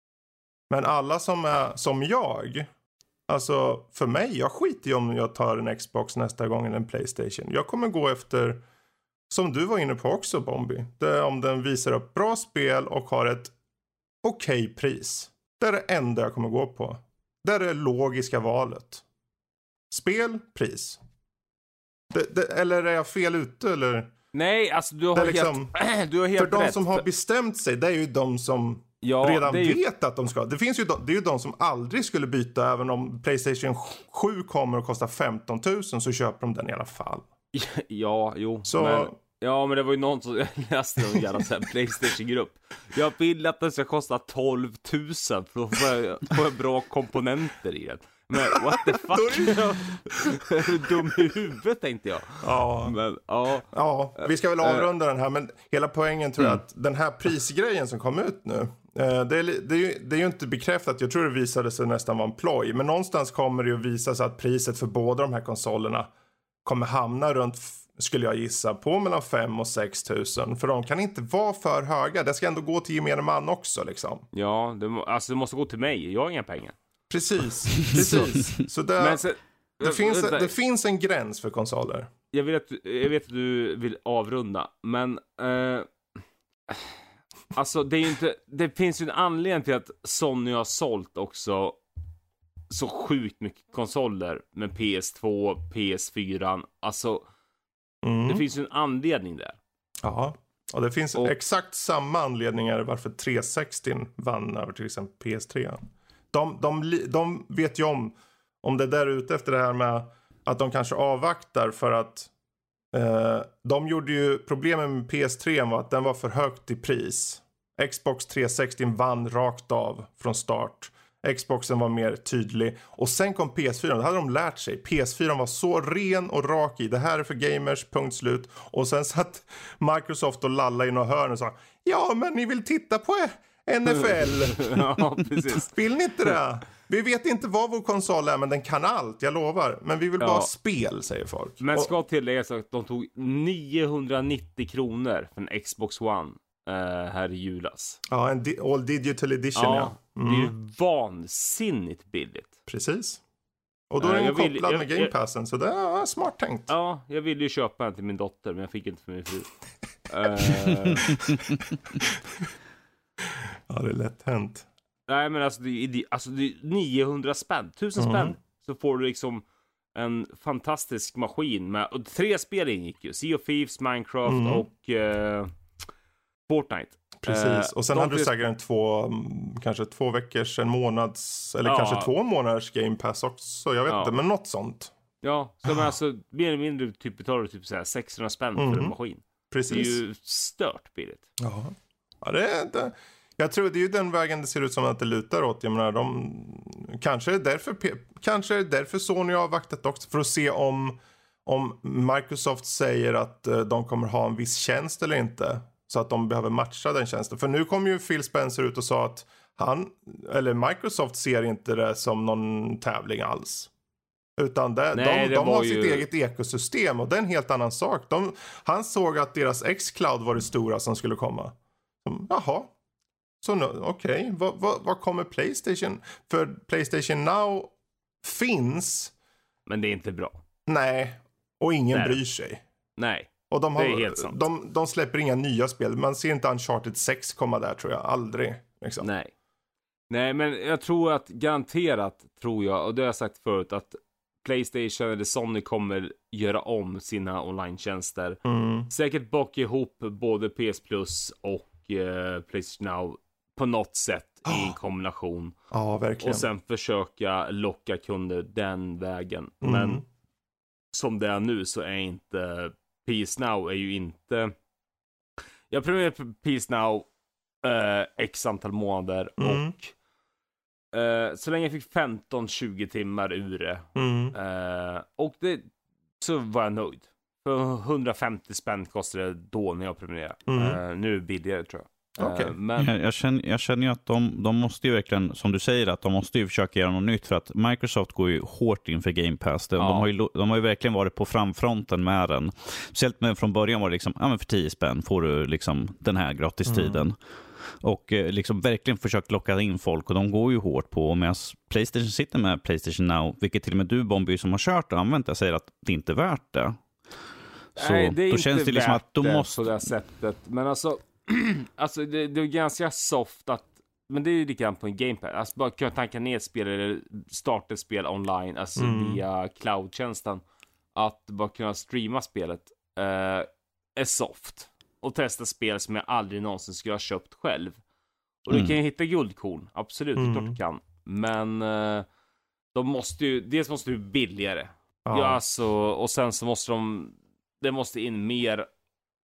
Men alla som är som jag, alltså för mig, jag skiter ju om jag tar en Xbox nästa gång eller en PlayStation. Jag kommer gå efter, som du var inne på också, Bombi. Det är om den visar upp bra spel och har ett okej okay pris. Det är det enda jag kommer gå på. Det är det logiska valet. Spel, pris. Det, det, eller är jag fel ute eller? Nej, alltså du har, liksom, helt, du har helt för rätt. de som har bestämt sig, det är ju de som ja, redan ju... vet att de ska. Det finns ju de, det är ju de som aldrig skulle byta. Även om PlayStation sju kommer att kosta femton tusen så köper de den i alla fall. Ja, jo. Så men Ja, men det var ju någon som läste någon jävla så här PlayStation-grupp. Jag vill att det ska kosta tolv tusen för att få, få bra komponenter i den. Men what the fuck? Är du dum i huvudet, tänkte jag. Ja. Men, ja. Ja, vi ska väl avrunda den här, men hela poängen tror jag Mm. att den här prisgrejen som kom ut nu, eh, det är, li- det, är ju, det är ju inte bekräftat. Jag tror det visade sig nästan vara en ploj, men någonstans kommer det ju visa sig att priset för båda de här konsolerna kommer hamna runt, skulle jag gissa, på mellan fem och sex tusen. För de kan inte vara för höga. Det ska ändå gå till gemene man också liksom. Ja, det, må- alltså det måste gå till mig. Jag har inga pengar. Precis, precis. Så det, Men sen, det, finns, vänta. det finns en gräns för konsoler. Jag vet, att, jag vet att du vill avrunda, men eh, alltså det är ju inte, det finns ju en anledning till att Sony har sålt också så sjukt mycket konsoler med P S två, P S fyra. Alltså Mm. det finns ju en anledning där. Ja, och det finns Och- exakt samma anledningar varför trehundrasextio vann över till exempel P S tre. De, de, li- de vet ju om, om det där ute efter det här med att de kanske avvaktar för att eh, de gjorde ju, problemet med P S tre var att den var för högt i pris. Xbox trehundrasextio vann rakt av från start. Xboxen var mer tydlig. Och sen kom P S fyra. Då hade de lärt sig. P S fyra var så ren och rak i. Det här är för gamers, punkt slut. Och sen satt Microsoft och lallade i några hörn och sa: ja, men ni vill titta på N F L. Ja, precis. Vill ni inte det? Vi vet inte vad vår konsol är, men den kan allt, jag lovar. Men vi vill Ja. bara ha spel, säger folk. Men Och- ska tilläggas att de tog niohundranittio kronor för en Xbox One eh, här i julas. Ja, en di- all digital edition, ja. Ja, det är ju vansinnigt billigt. Precis. Och då är Eh, den jag vill- kopplad jag- med Game jag- Passen, så det är smart tänkt. Ja, jag ville ju köpa en till min dotter, men jag fick inte för min fru. Eh, Ja, det är lätt hänt. nej, men alltså det, är- det, alltså det är niohundra spänn, tusen Mm. spänn. Så får du liksom en fantastisk maskin med, och tre spel ingick ju. Sea of Thieves, Minecraft Mm. och eh, Fortnite. Precis. Eh, och sen de hade du tre- säkert en två, mm, kanske två veckors, en månads, eller Ja. kanske två månaders Game Pass också. Jag vet Ja. inte, men något sånt. Ja, så men alltså mer eller mindre typ betalar du typ så här sexhundra spänn för Mm. en maskin. Det är Precis. ju stört billigt. Ja. Ja, det är det. Jag tror det är ju den vägen det ser ut som att det lutar åt. Jag menar, de, kanske är det därför, P- kanske är det därför Sony har avvaktat också, för att se om, om Microsoft säger att eh, de kommer ha en viss tjänst eller inte. Så att de behöver matcha den tjänsten. För nu kom ju Phil Spencer ut och sa att han, eller Microsoft ser inte det som någon tävling alls. Utan det, Nej, de, det de var har ju- sitt eget ekosystem, och det är en helt annan sak. De, han såg att deras X-Cloud var det stora som skulle komma. Som, jaha. Så nu, okej, vad, vad, vad kommer PlayStation? För PlayStation Now finns, Men det är inte bra. nej, och ingen Nej. bryr sig. Nej. Och de, Det är har, helt sant. de, de släpper inga nya spel. Man ser inte Uncharted sex komma där, tror jag. Aldrig. Liksom. Nej. Nej, men jag tror att garanterat tror jag, och det har jag sagt förut, att PlayStation eller Sony kommer göra om sina online-tjänster. Mm. Säkert baka ihop både P S Plus och eh, PlayStation Now på något sätt i en kombination. Ja, verkligen. Och sen försöka locka kunder den vägen. Mm. Men som det är nu så är inte P S Now är ju inte... Jag prenumererar på P S Now eh, x antal månader Mm. och eh, så länge jag fick femton tjugo timmar ur det Mm. eh, och det så var jag nöjd. För hundrafemtio spänn kostade det då när jag prenumererade. Mm. Eh, nu är det billigare, tror jag. Okej. Eh, men Jag, jag, känner, jag känner ju att de, de måste ju verkligen, som du säger, att de måste ju försöka göra något nytt, för att Microsoft går ju hårt inför Game Pass. De, Ja. de, har, ju, lo- de har ju verkligen varit på framfronten med den. Speciellt med, från början var det liksom, ja men för tio spänn får du liksom den här gratistiden. Mm. Och eh, liksom verkligen försökt locka in folk, och de går ju hårt på. Och medan PlayStation sitter med PlayStation Now, vilket till och med du, Bombi, som har kört och använt det, säger att det inte är värt det. Så nej, det är då inte känns det liksom värt att de det måste... på det här sättet. Men alltså, alltså det, det är ganska soft att, men det är ju likadant på en Game Pass. Alltså bara kunna tanka ner ett spel eller starta ett spel online, alltså Mm. via cloud-tjänsten. Att bara kunna streama spelet eh, är soft. Och testa spel som jag aldrig någonsin skulle ha köpt själv. Och du Mm. kan ju hitta guldkorn, absolut, det är klart Mm. du kan. Men eh, de måste ju, dels måste du billigare. Ja. Ja, alltså, och sen så måste de, det måste in mer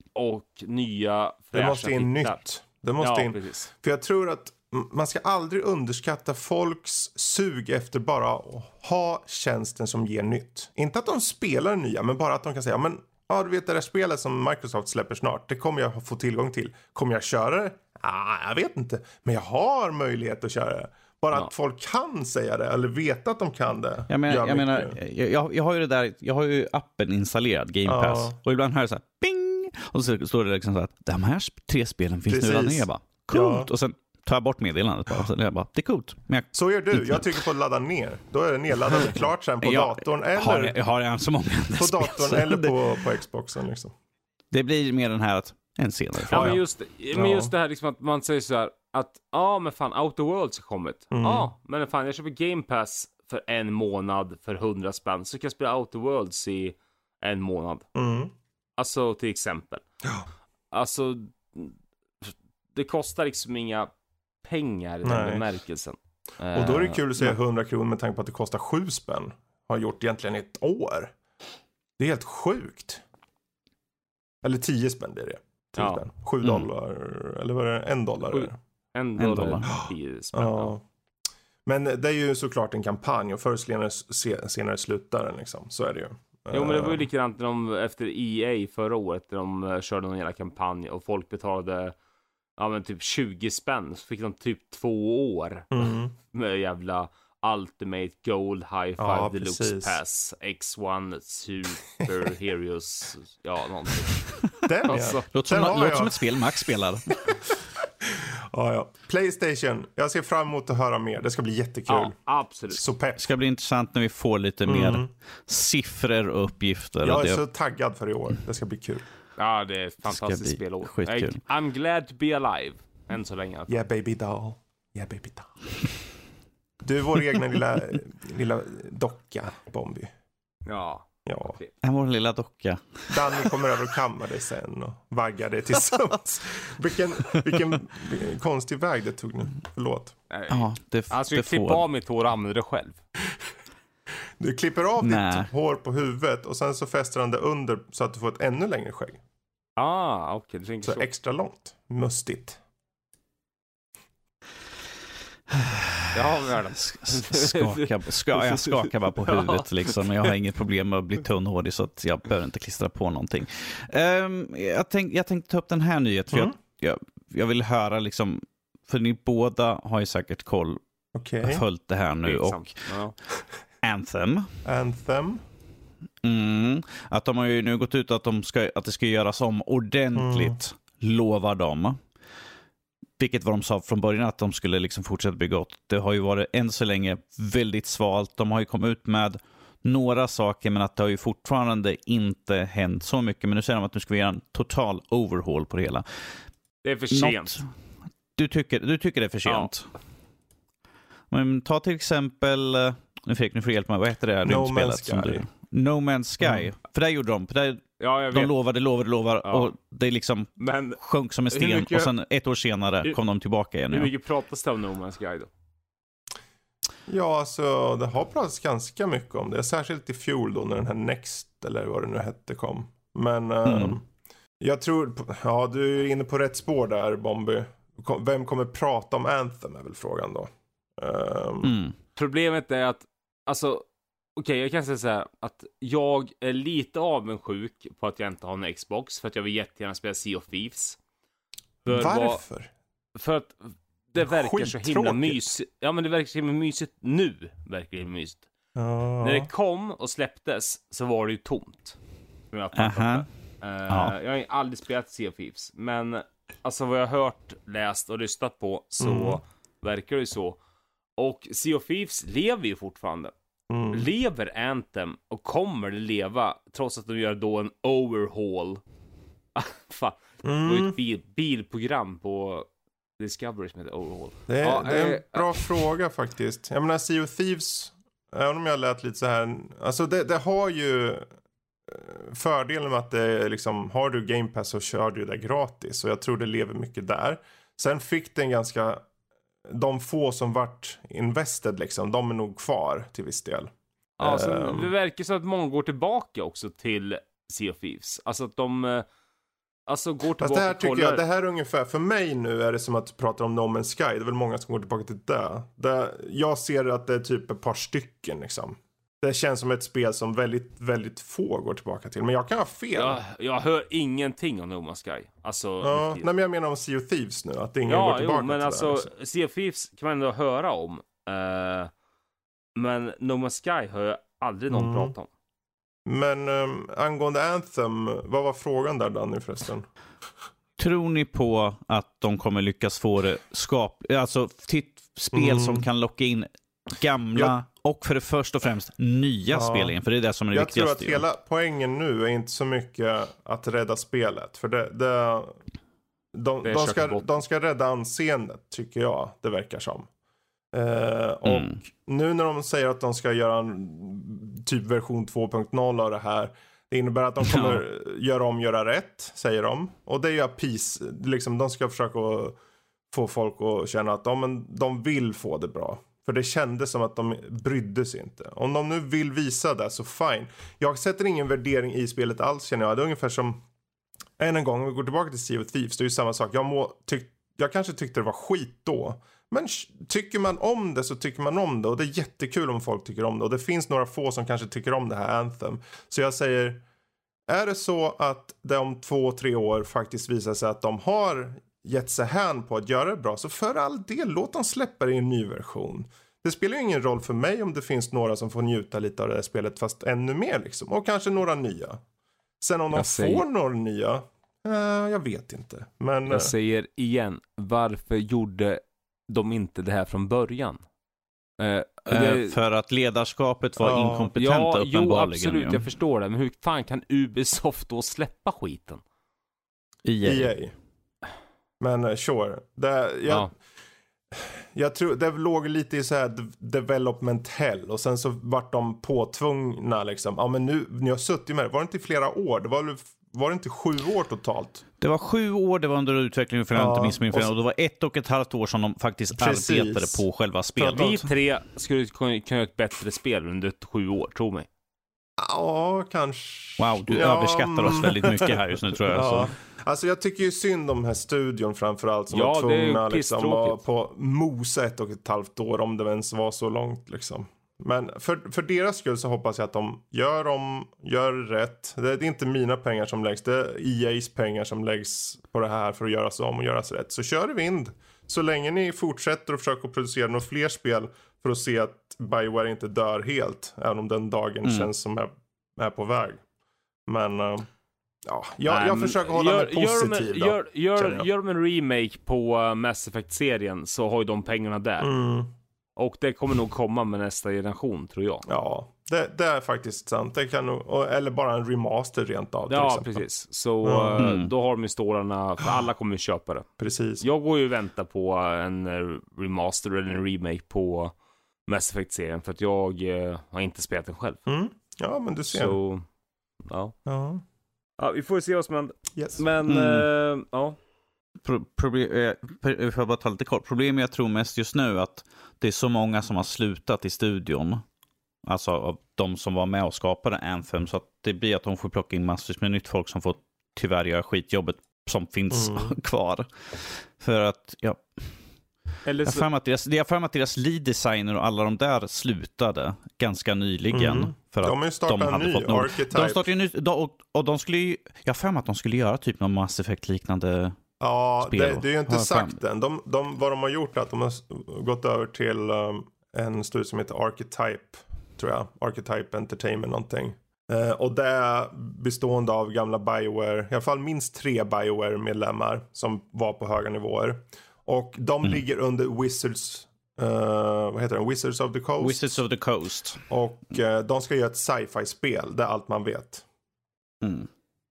och nya fräscha Det måste in titlar. nytt. Det måste Ja, in. precis. För jag tror att man ska aldrig underskatta folks sug efter bara att ha tjänsten som ger nytt. Inte att de spelar nya, men bara att de kan säga, men ja, du vet det där spelet som Microsoft släpper snart, det kommer jag få tillgång till. Kommer jag köra det? Ah, jag vet inte. Men jag har möjlighet att köra det. Bara Ja. att folk kan säga det, eller veta att de kan det. Jag menar, gör jag, menar mycket. jag, jag, jag har ju det där, jag har ju appen installerad, Game Pass. Ja. Och ibland hör jag så här, ping! Och så står det liksom så här, de här sp- tre spelen finns Precis. nu redan ner. Jag bara, coolt! Ja. Och sen tar jag bort meddelandet bara. Så jag bara, det är coolt. Men jag, Så gör du. Jag trycker på att ladda ner. Då är det nedladdat och klart sen på jag, datorn eller har, jag har jag så många andra på spel, datorn så eller det, på, på Xboxen liksom. det blir mer den här att, en senare. Ja, Ja, men ja. just, men Ja. just det här liksom att man säger så här att ja, men fan, Outer Worlds har kommit. Ja, Mm. men fan, jag köper Game Pass för en månad för hundra spänn, så kan jag spela Outer Worlds i en månad. Mm. Alltså, till exempel. Ja. Alltså, det kostar liksom inga pengar i den Nej. bemärkelsen. Och då är det kul att säga Eh, hundra kronor med tanke på att det kostar sju spänn. Har gjort egentligen ett år. Det är helt sjukt. Eller tio spänn det är det. tio Ja. spänn. Sju Mm. dollar. Eller var det en dollar? Sju. Eller? En En dollar, dollar. tio spänn. Ja. Men det är ju såklart en kampanj. Och förr senare, se- senare slutar den liksom. Så är det ju. Jo, men det var ju Eh, likadant när de, efter E A förra året, när de uh, körde någon jävla kampanj och folk betalade ja, men typ tjugo spänn, så fick de typ två år Mm. med jävla Ultimate Gold High Five Ja, Deluxe precis. Pass X ett Super Heroes, ja, någonting. Den ja. Alltså, Låter som, Den har låter jag. som ett spel Max spelar. Ja, ja. PlayStation. Jag ser fram emot att höra mer. Det ska bli jättekul. ja, absolut. Så pepp. Det ska bli intressant när vi får lite Mm. mer siffror och uppgifter. Jag Att är jag- så taggad för i år. Det ska bli kul. Ja, det är ett ska fantastiskt bli spelår. skitkul. I- I'm glad to be alive. Än så länge. Yeah baby doll. Yeah baby doll. Du är vår egna lilla, lilla docka, Bombi. Ja. Ja. är vår lilla docka. Danny kommer över och kammar dig sen och vaggar dig tillsammans. vilken, vilken konstig väg det tog nu. Förlåt. Ja, det, Alltså, det jag klipper får. av mitt hår och använder det själv. Du klipper av Nej. ditt hår på huvudet och sen så fäster han det under så att du får ett ännu längre skägg. Ah, okej, du tänker Så så. extra långt. Mustigt. Ja, världen. Skaka, ska, jag skakar bara på huvudet liksom. Jag har inget problem med att bli tunnhårig så att jag behöver inte klistra på någonting. Um, jag, tänk, jag tänkte ta upp den här nyheten för Mm. jag, jag, jag vill höra liksom, för ni båda har ju säkert koll, Okej. följt det här nu, och Ja. Anthem. Anthem. Mm, att de har ju nu gått ut att, de ska, att det ska göras om ordentligt, lovar de. Vilket vad de sa från början, att de skulle liksom fortsätta bygga åt. Det har ju varit än så länge väldigt svalt. De har ju kommit ut med några saker, men att det har ju fortfarande inte hänt så mycket. Men nu säger de att nu ska vi göra en total overhaul på det hela. Det är för sent. Något, du, tycker, du tycker det är för sent? Men ta till exempel, eh, nu fick nu får hjälpa mig, vad heter det här No rymdspelet Man's som Sky. du... No Man's Sky. Mm. För där gjorde de, för där, Ja, jag de vet. lovade, lovade, lovade Ja. och det liksom Men sjönk som en Hur sten mycket- och sen ett år senare Hur- kom de tillbaka igen. hur Ja. mycket pratas det om No Man's Sky då? Ja, alltså det har pratats ganska mycket om det. Särskilt i fjol då när den här Next, eller vad det nu hette, kom. Men Mm. ehm, jag tror, ja du är inne på rätt spår där, Bombi. Kom- Vem kommer prata om Anthem är väl frågan då. Ehm, Mm. Problemet är att, alltså, okej, jag kan säga så här att jag är lite avundsjuk på att jag inte har en Xbox, för att jag vill jättegärna spela Sea of Thieves. För vad- Varför? För att det verkar så himla Skittråkigt. mysigt. Ja, men det verkar så himla mysigt nu. Verkar det himla mysigt. Ja. När det kom och släpptes så var det ju tomt. Som jag har pratat Aha. om det. Eh, Ja. Jag har aldrig spelat Sea of Thieves. Men alltså vad jag har hört, läst och lyssnat på så Mm. verkar det ju så. Och Sea of Thieves lever ju fortfarande. Mm. Lever Anthem och kommer det leva trots att de gör då en overhaul. Fan, det var ju Mm. ett bil, bilprogram på Discovery som heter Overhaul. Det är, Ja, det är en eh, bra fråga faktiskt. Jag menar Sea of Thieves, även om jag lät lite så här, alltså det, det har ju eh, fördelen med att det liksom, har du Game Pass så kör du det gratis. Och jag tror det lever mycket där. Sen fick det en ganska, de få som vart invested liksom, de är nog kvar till viss del. Ja, så Ehm. det verkar så att många går tillbaka också till Sea of Thieves. Alltså att de, eh, Alltså går tillbaka Fast det här och tycker kollar. jag, det här är ungefär, för mig nu är det som att prata om No Man's Sky. Det är väl många som går tillbaka till det. det jag ser att det är typ ett par stycken liksom. Det känns som ett spel som väldigt, väldigt få går tillbaka till. Men jag kan ha fel. Jag, jag hör ingenting om No Man's Sky. Alltså, Ja, nej, men jag menar om Sea of Thieves nu. Att ingen ja, går tillbaka jo, men till alltså, det. Liksom. Sea of Thieves kan man ändå höra om. Uh, men No Man's Sky hör jag aldrig någon Mm. prata om. Men um, angående Anthem, vad var frågan där, Danny, förresten? Tror ni på att de kommer lyckas få det skap... Alltså titt, spel Mm. som kan locka in gamla Jag- och för det först och främst nya Ja. spel igen? För det är det som är det Jag tror viktigaste. att ju. hela poängen nu är inte så mycket att rädda spelet. För det, det, de, Det är de, ska, kört bort. de ska rädda anseendet, tycker jag. Det verkar som. Eh, och Mm. nu när de säger att de ska göra en typ version två punkt noll av det här. Det innebär att de kommer göra om, göra rätt, säger de. Och det är ju peace. Liksom, de ska försöka få folk att känna att de, men, de vill få det bra. För det kändes som att de brydde sig inte. Om de nu vill visa det, så fine. Jag sätter ingen värdering i spelet alls, känner jag. Det är ungefär som, än en gång, om vi går tillbaka till Sea of Thieves. Det är ju samma sak. Jag, må, tyck, jag kanske tyckte det var skit då. Men tycker man om det så tycker man om det. Och det är jättekul om folk tycker om det. Och det finns några få som kanske tycker om det här Anthem. Så jag säger, är det så att det om två, tre år faktiskt visar sig att de har gett sig hän på att göra det bra, så för all del, låt dem släppa det i en ny version. Det spelar ju ingen roll för mig om det finns några som får njuta lite av det här spelet, fast ännu mer liksom. Och kanske några nya. Sen om de Jag säger- får några nya, eh, jag vet inte. Men eh, Jag säger igen, varför gjorde de inte det här från början? Eh, Eh, det, För att ledarskapet var Ja. inkompetenta ja, jo uppenbarligen. absolut, ju. jag förstår det. Men hur fan kan Ubisoft då släppa skiten? E A. E A. Men uh, sure. Det, jag, Ja. jag tror det låg lite i så här de- development hell. Och sen så vart de påtvungna liksom. Ja, men nu, ni har suttit med det. Var det inte i flera år? Det var, väl- var det inte sju år totalt? Det var sju år det var under utveckling för jag Ja, inte minns min fel. och så- Och det var ett och ett halvt år som de faktiskt Precis. arbetade på själva spelet. För Vi tre skulle kunna kunna göra ett bättre spel under sju år, tro mig. Ja, kanske. Wow, du ja, överskattar oss väldigt mycket här just nu tror jag. Ja. Så. Alltså jag tycker ju synd om den här studion framförallt som Ja, var det är ju tvungna liksom, pisstråkigt. att på mosa ett och ett halvt år om det ens var så långt liksom. Men för, för deras skull så hoppas jag att de gör om, gör rätt. Det är inte mina pengar som läggs, det är E A's pengar som läggs på det här för att göras om och göras rätt. Så kör i vind. Så länge ni fortsätter och försöker producera några fler spel för att se att BioWare inte dör helt. Även om den dagen Mm. känns som är, är på väg. Men uh, ja, jag, Nej, jag men försöker hålla gör, mig positiv gör, de, då. gör, gör, känner jag. gör de en remake på uh, Mass Effect-serien så har ju de pengarna där. Mm. Och det kommer nog komma med nästa generation, tror jag. Ja, det, det är faktiskt sant. Det kan nog, och- eller bara en remaster rent av till Ja, exempel. precis. Så Mm. uh, då har de ju stålarna, för alla kommer ju köpa det. Precis. Jag går ju och väntar på en uh, remaster eller en remake på Mass Effect-serien för att jag uh, har inte spelat den själv. Mm. Ja, men du ser. Så, ja. Ja. Ja, vi får ju se vad som händer. Yes. Men, Mm. uh, ja. Pro- problem, eh, per- för att bara ta lite kort. Problemet jag tror mest just nu är att det är så många som har slutat i studion. Alltså av de som var med och skapade Anthem. Så att det blir att de får plocka in massvis med nytt folk som får tyvärr göra skitjobbet som finns Mm. kvar. För att, ja. Eller Jag har så, för mig att deras, jag har för mig att deras lead designer och alla de där slutade ganska nyligen. Mm. För att De har ju startat de en hade ny fått nog. Archetype. De startade ju ny, de, och, och de skulle ju, jag har för mig att de skulle göra typ någon Mass Effect-liknande. Ja, spel. det, det är ju inte Har jag sagt än. De, de, vad de har gjort är att de har s- gått över till um, en studio som heter Archetype, tror jag. Archetype Entertainment någonting. Eh, och det är bestående av gamla BioWare, i alla fall minst tre BioWare-medlemmar som var på höga nivåer. Och de Mm. ligger under Wizards, uh, vad heter den? Wizards of the Coast. Wizards of the Coast. Och eh, de ska göra ett sci-fi-spel, det är allt man vet. Mm.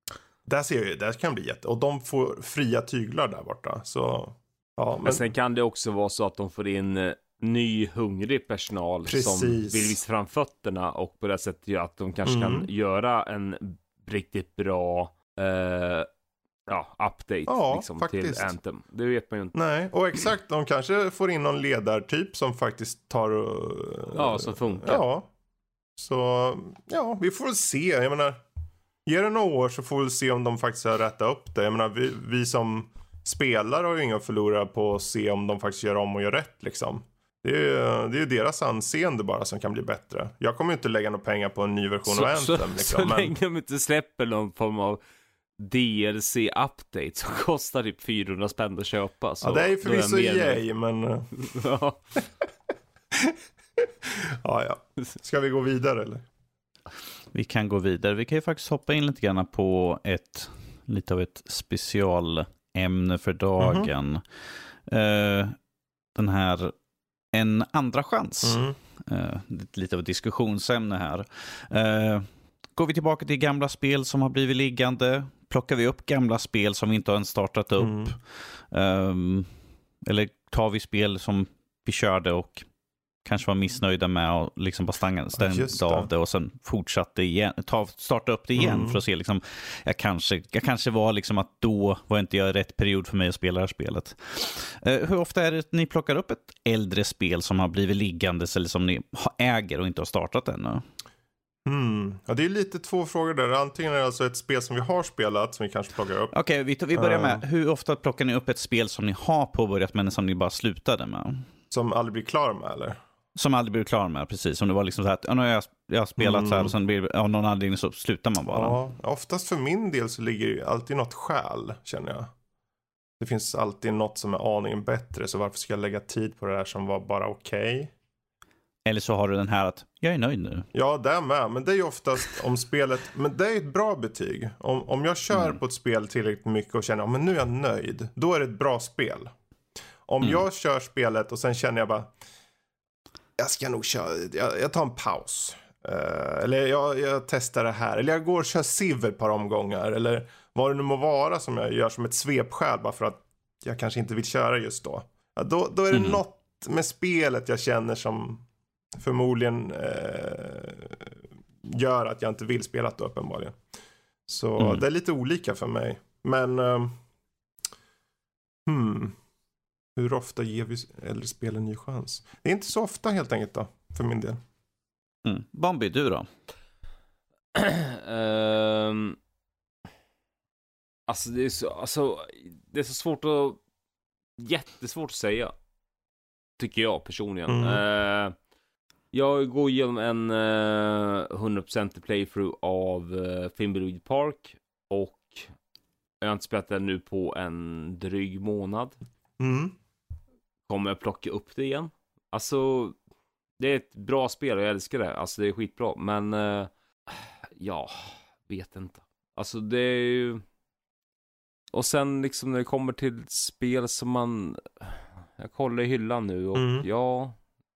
Där ser jag ju, det kan bli jätte... Och de får fria tyglar där borta, så... Ja, men... men sen kan det också vara så att de får in uh, ny hungrig personal som Precis. vill visa fram fötterna och på det sättet gör att de kanske Mm. kan göra en riktigt bra uh, ja, update Ja, liksom, faktiskt. till Anthem. Det vet man ju inte. Nej, och exakt, de kanske får in någon ledartyp som faktiskt tar och... Ja, som funkar. Ja. Så, ja, vi får väl se. Jag menar, Ge det några år så får vi se om de faktiskt har rättat upp det. Jag menar, vi, vi som spelare har ju inga förlorare på att se om de faktiskt gör om och gör rätt liksom. Det är ju det är deras anseende bara som kan bli bättre. Jag kommer ju inte lägga några pengar på en ny version så, av Anthem. Så, liksom, så men... länge de inte släpper någon form av D L C-update som kostar typ fyrahundra spänn att köpa. Så ja, det är ju förvisso E A, men... ja. ja, ja. Ska vi gå vidare eller? Vi kan gå vidare. Vi kan ju faktiskt hoppa in lite grann på ett lite av ett specialämne för dagen. Mm-hmm. Uh, den här en andra chans. Mm. Uh, lite av ett diskusionsämne här. Uh, går vi tillbaka till gamla spel som har blivit liggande? Plockar vi upp gamla spel som vi inte har startat upp? Mm. Um, eller tar vi spel som vi körde och kanske var missnöjda med och liksom bara stangade, stängde ja, av det och sen fortsatte igen, ta, starta upp det igen mm. för att se liksom, jag kanske, jag kanske var liksom att då var inte jag rätt period för mig att spela det här spelet. Uh, hur ofta är det att ni plockar upp ett äldre spel som har blivit liggandes eller som ni äger och inte har startat ännu? Mm. Ja, det är lite två frågor där. Antingen är det alltså ett spel som vi har spelat som vi kanske plockar upp. Okej, okay, vi, vi börjar med. Uh. Hur ofta plockar ni upp ett spel som ni har påbörjat men som ni bara slutade med? Som aldrig blir klar med, eller? Som aldrig blir klar med, precis. Som det var liksom så här att ja, nu har jag, jag har spelat mm. så här och sen blir av någon anledning så slutar man bara. Ja, oftast för min del så ligger det alltid något skäl, känner jag. Det finns alltid något som är aningen bättre, så varför ska jag lägga tid på det här som var bara okej? Okay? Eller så har du den här att jag är nöjd nu. Ja, det är med. Men det är ju oftast om spelet... Men det är ett bra betyg. Om, om jag kör mm. på ett spel tillräckligt mycket och känner att ja, men nu är jag nöjd. Då är det ett bra spel. Om mm. jag kör spelet och sen känner jag bara... Jag ska nog köra... Jag, jag tar en paus. Uh, eller jag, jag testar det här. Eller jag går och kör Civ ett par omgångar. Eller vad det nu må vara som jag gör som ett svepskäl. Bara för att jag kanske inte vill köra just då. Ja, då, då är det mm. något med spelet jag känner som... förmodligen eh, gör att jag inte vill spela det uppenbarligen. Så mm. det är lite olika för mig. Men eh, hmm, hur ofta ger vi äldre spel en ny chans? Det är inte så ofta helt enkelt då, för min del. Mm. Bambi, du då? um, alltså, det är så, alltså det är så svårt att jättesvårt att säga. Tycker jag personligen. Mm. Uh, Jag går igenom en uh, hundra procent playthrough av uh, Fimbulweed Park och jag har inte spelat den nu på en dryg månad. Mm. Kommer jag plocka upp det igen? Alltså, det är ett bra spel och jag älskar det. Alltså, det är skitbra. Men, uh, ja, vet inte. Alltså, det är ju... Och sen liksom när det kommer till spel som man... Jag kollar i hyllan nu och mm. ja...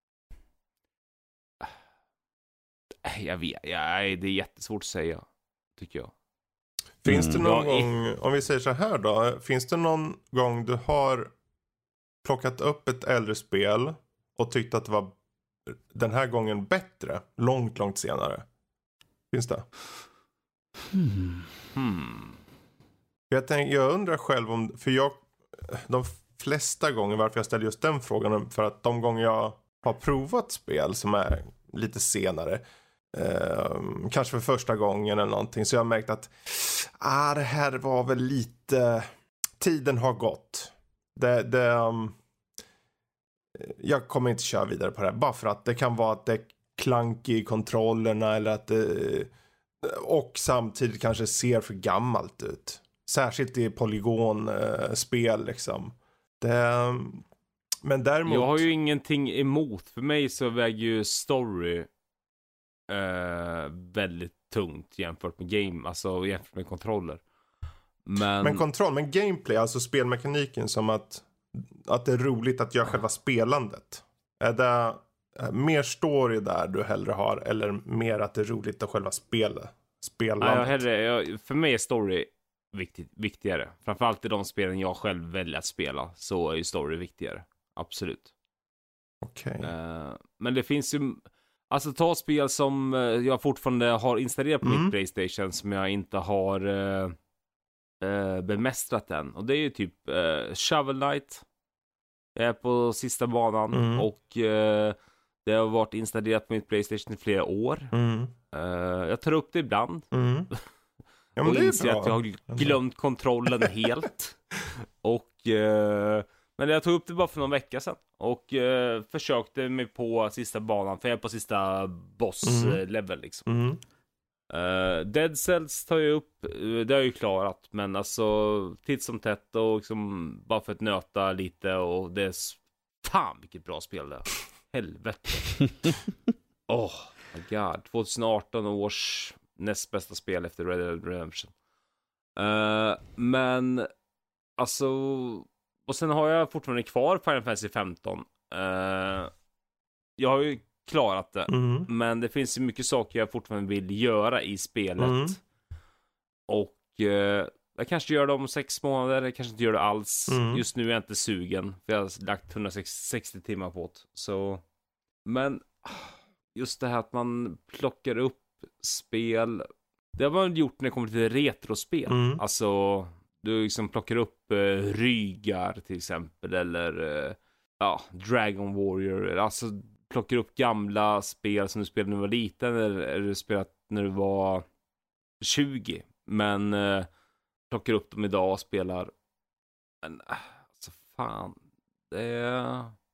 Jag vet, ja, det är jättesvårt att säga, tycker jag. Finns det någon mm. gång, om vi säger så här då, finns det någon gång du har plockat upp ett äldre spel och tyckt att det var den här gången bättre, långt, långt senare? Finns det? Hmm. Hmm. Jag, tänk, jag undrar själv om, för jag, de flesta gånger varför jag ställer just den frågan, för att de gånger jag har provat spel som är lite senare, eh, kanske för första gången eller någonting, så jag har märkt att ah, det här var väl lite, tiden har gått. Det, det, um, jag kommer inte köra vidare på det här, bara för att det kan vara att det är klank i kontrollerna eller att det, och samtidigt kanske ser för gammalt ut. Särskilt i polygonspel eh, liksom. Det, men däremot... Jag har ju ingenting emot. För mig så väger ju story eh, väldigt tungt jämfört med game, alltså jämfört med kontroller. Men, men kontroll, men gameplay, alltså spelmekaniken, som att, att det är roligt att göra själva spelandet. Är det mer story där du hellre har, eller mer att det är roligt att själva spela, spelandet? Ja, hellre, jag, för mig är story viktigt, viktigare. Framförallt i de spelen jag själv väljer att spela, så är ju story viktigare. Absolut. Okej. Okay. Uh, men det finns ju... Alltså ta spel som uh, jag fortfarande har installerat på mm. mitt PlayStation som jag inte har uh, uh, bemästrat än. Och det är ju typ uh, Shovel Knight. Jag är på sista banan mm. och uh, det har varit installerat på mitt PlayStation i flera år. Mm. Uh, jag tar upp det ibland. Mm. Ja, men och det är inser bra. att jag har glömt kontrollen helt. Och eh, men jag tog upp det bara för någon vecka sedan. Och eh, försökte mig på sista banan. För jag är på sista boss-level mm. liksom. Mm. Uh, Dead Cells tar jag upp. uh, Det har jag ju klarat. Men alltså titt som tätt. Och liksom bara för att nöta lite. Och det är s- fan vilket bra spel det är. Helvete. Oh my god. tjugo arton års näst bästa spel efter Red Dead Redemption. uh, Men alltså, och sen har jag fortfarande kvar Final Fantasy femton. uh, Jag har ju klarat det. Mm. Men det finns ju mycket saker jag fortfarande vill göra i spelet. Mm. Och eh, jag kanske gör det om sex månader. Jag kanske inte gör det alls. Mm. Just nu är jag inte sugen. För jag har lagt hundrasextio timmar på det. Så. Men just det här att man plockar upp spel. Det har man gjort när det kommer till retrospel. Mm. Alltså du liksom plockar upp eh, Rygar till exempel. Eller eh, ja, Dragon Warrior. Alltså plockar upp gamla spel som du spelade när du var liten. Eller, eller du spelat när du var tjugo. Men eh, plockar upp dem idag och spelar. Men alltså fan. Det är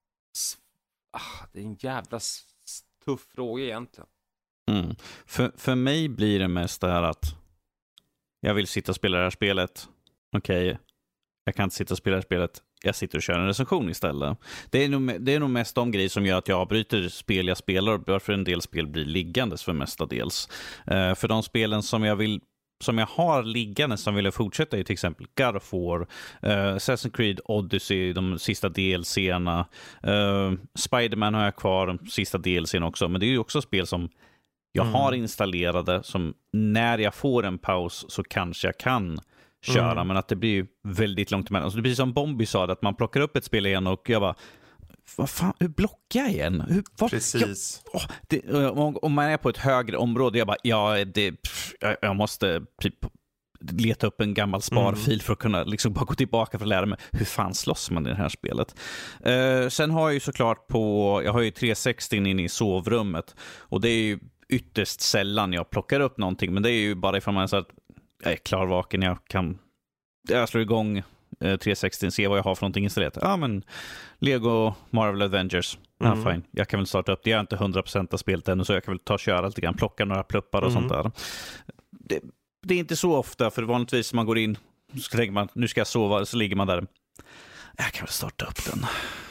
ah, det är en jävla s- tuff fråga egentligen. Mm. För, för mig blir det mest det här att jag vill sitta och spela det här spelet. Okej, okay. Jag kan inte sitta och spela det här spelet. Jag sitter och kör en recension istället. Det är nog, det är nog mest de grejer som gör att jag bryter spel jag spelar. Varför en del spel blir liggandes för mestadels. Uh, för de spelen som jag vill som jag har liggande som vill fortsätta är till exempel God of War, uh, Assassin's Creed Odyssey, de sista D L C-erna. Uh, Spider-Man har jag kvar, de sista D L C-erna också. Men det är ju också spel som jag mm. har installerade som när jag får en paus så kanske jag kan köra, mm. men att det blir ju väldigt långt emellan. Så det blir som Bombi sa, att man plockar upp ett spel igen och jag bara, vad fan, hur blockar jag igen? Hur, vad, Precis. Jag, oh, det, om man är på ett högre område, jag bara, ja, det, jag, jag måste leta upp en gammal sparfil mm. för att kunna liksom bara gå tillbaka för att lära mig hur fan slåss man i det här spelet. Uh, sen har jag ju såklart på, jag har ju trehundrasextio inne i sovrummet och det är ju ytterst sällan jag plockar upp någonting, men det är ju bara ifrån man så att jag är klarvaken, jag kan jag slår igång eh, trehundrasextio, se vad jag har för någonting installerat. Ja, men Lego Marvel Avengers. Mm. Ja, fine. Jag kan väl starta upp det. Jag är inte hundra procent av spelet ännu, så jag kan väl ta och köra lite grann, plocka några pluppar och mm. sånt där. Det, det är inte så ofta, för vanligtvis man går in så tänker man, nu ska jag sova, så ligger man där. Jag kan väl starta upp den.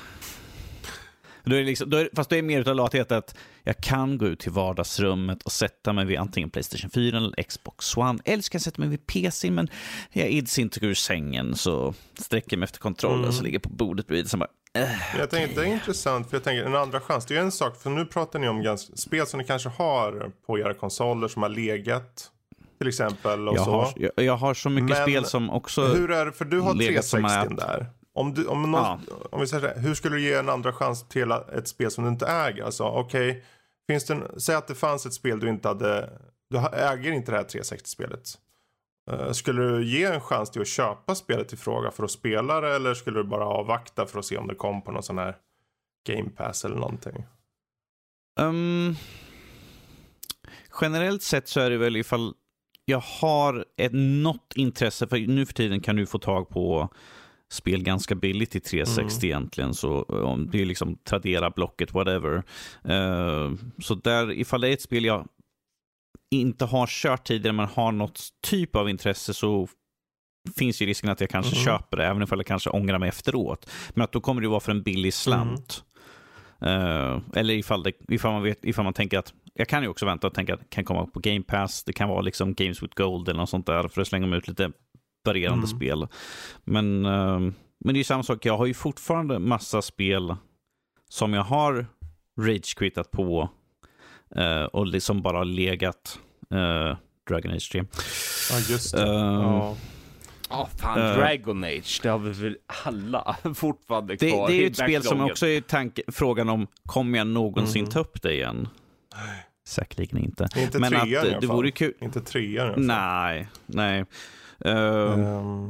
Då är det liksom, då är, fast det är mer utav lathet att jag kan gå ut till vardagsrummet och sätta mig vid antingen PlayStation fyra eller Xbox One. Eller ska jag sätta mig vid P C, men jag ids inte gå ur sängen, så sträcker mig efter kontrollen mm. så ligger på bordet bredvid. Som bara, äh, jag tänker, det är intressant, för jag tänker en andra chans. Det är en sak, för nu pratar ni om ganska, spel som ni kanske har på era konsoler som har legat till exempel och jag så. Har, jag, jag har så mycket men spel som också hur är det, för du har trehundrasextio där. Om du, om någon, ja. om vi säger så här, hur skulle du ge en andra chans till ett spel som du inte äger? Alltså, okej, okay, finns det en, säg att det fanns ett spel du inte hade, du äger inte det här trehundrasextio-spelet. Uh, skulle du ge en chans till att köpa spelet i fråga för att spela det, eller skulle du bara avvakta för att se om det kom på någon sån här Game Pass eller någonting? Um, generellt sett så är det väl ifall jag har ett något intresse, för nu för tiden kan du få tag på spel ganska billigt i trehundrasextio mm. egentligen, så om det är liksom Tradera, Blocket, whatever. Uh, så där, ifall det är ett spel jag inte har kört tidigare men har något typ av intresse, så finns ju risken att jag kanske mm. köper det, även ifall jag kanske ångrar mig efteråt. Men att då kommer det vara för en billig slant. Mm. Uh, eller ifall, det, ifall, man vet, ifall man tänker att jag kan ju också vänta och tänka att det kan komma på Game Pass, det kan vara liksom Games with Gold eller något sånt där, för att slänga ut lite varierande mm. spel. Men, uh, men det är ju samma sak, jag har ju fortfarande massa spel som jag har rage-quittat på uh, och liksom bara legat uh, Dragon Age tre. Ja, just det. Uh, ja. Ja, oh, fan, uh, Dragon Age, det har vi väl alla fortfarande kvar. Det, det är ju ett spel som också är tank, frågan om, kommer jag någonsin mm. ta upp det igen? Säkerligen inte. Inte men trean att, i alla det fall. Vore kul. Inte trean i alla fall. Nej, nej. Uh, um.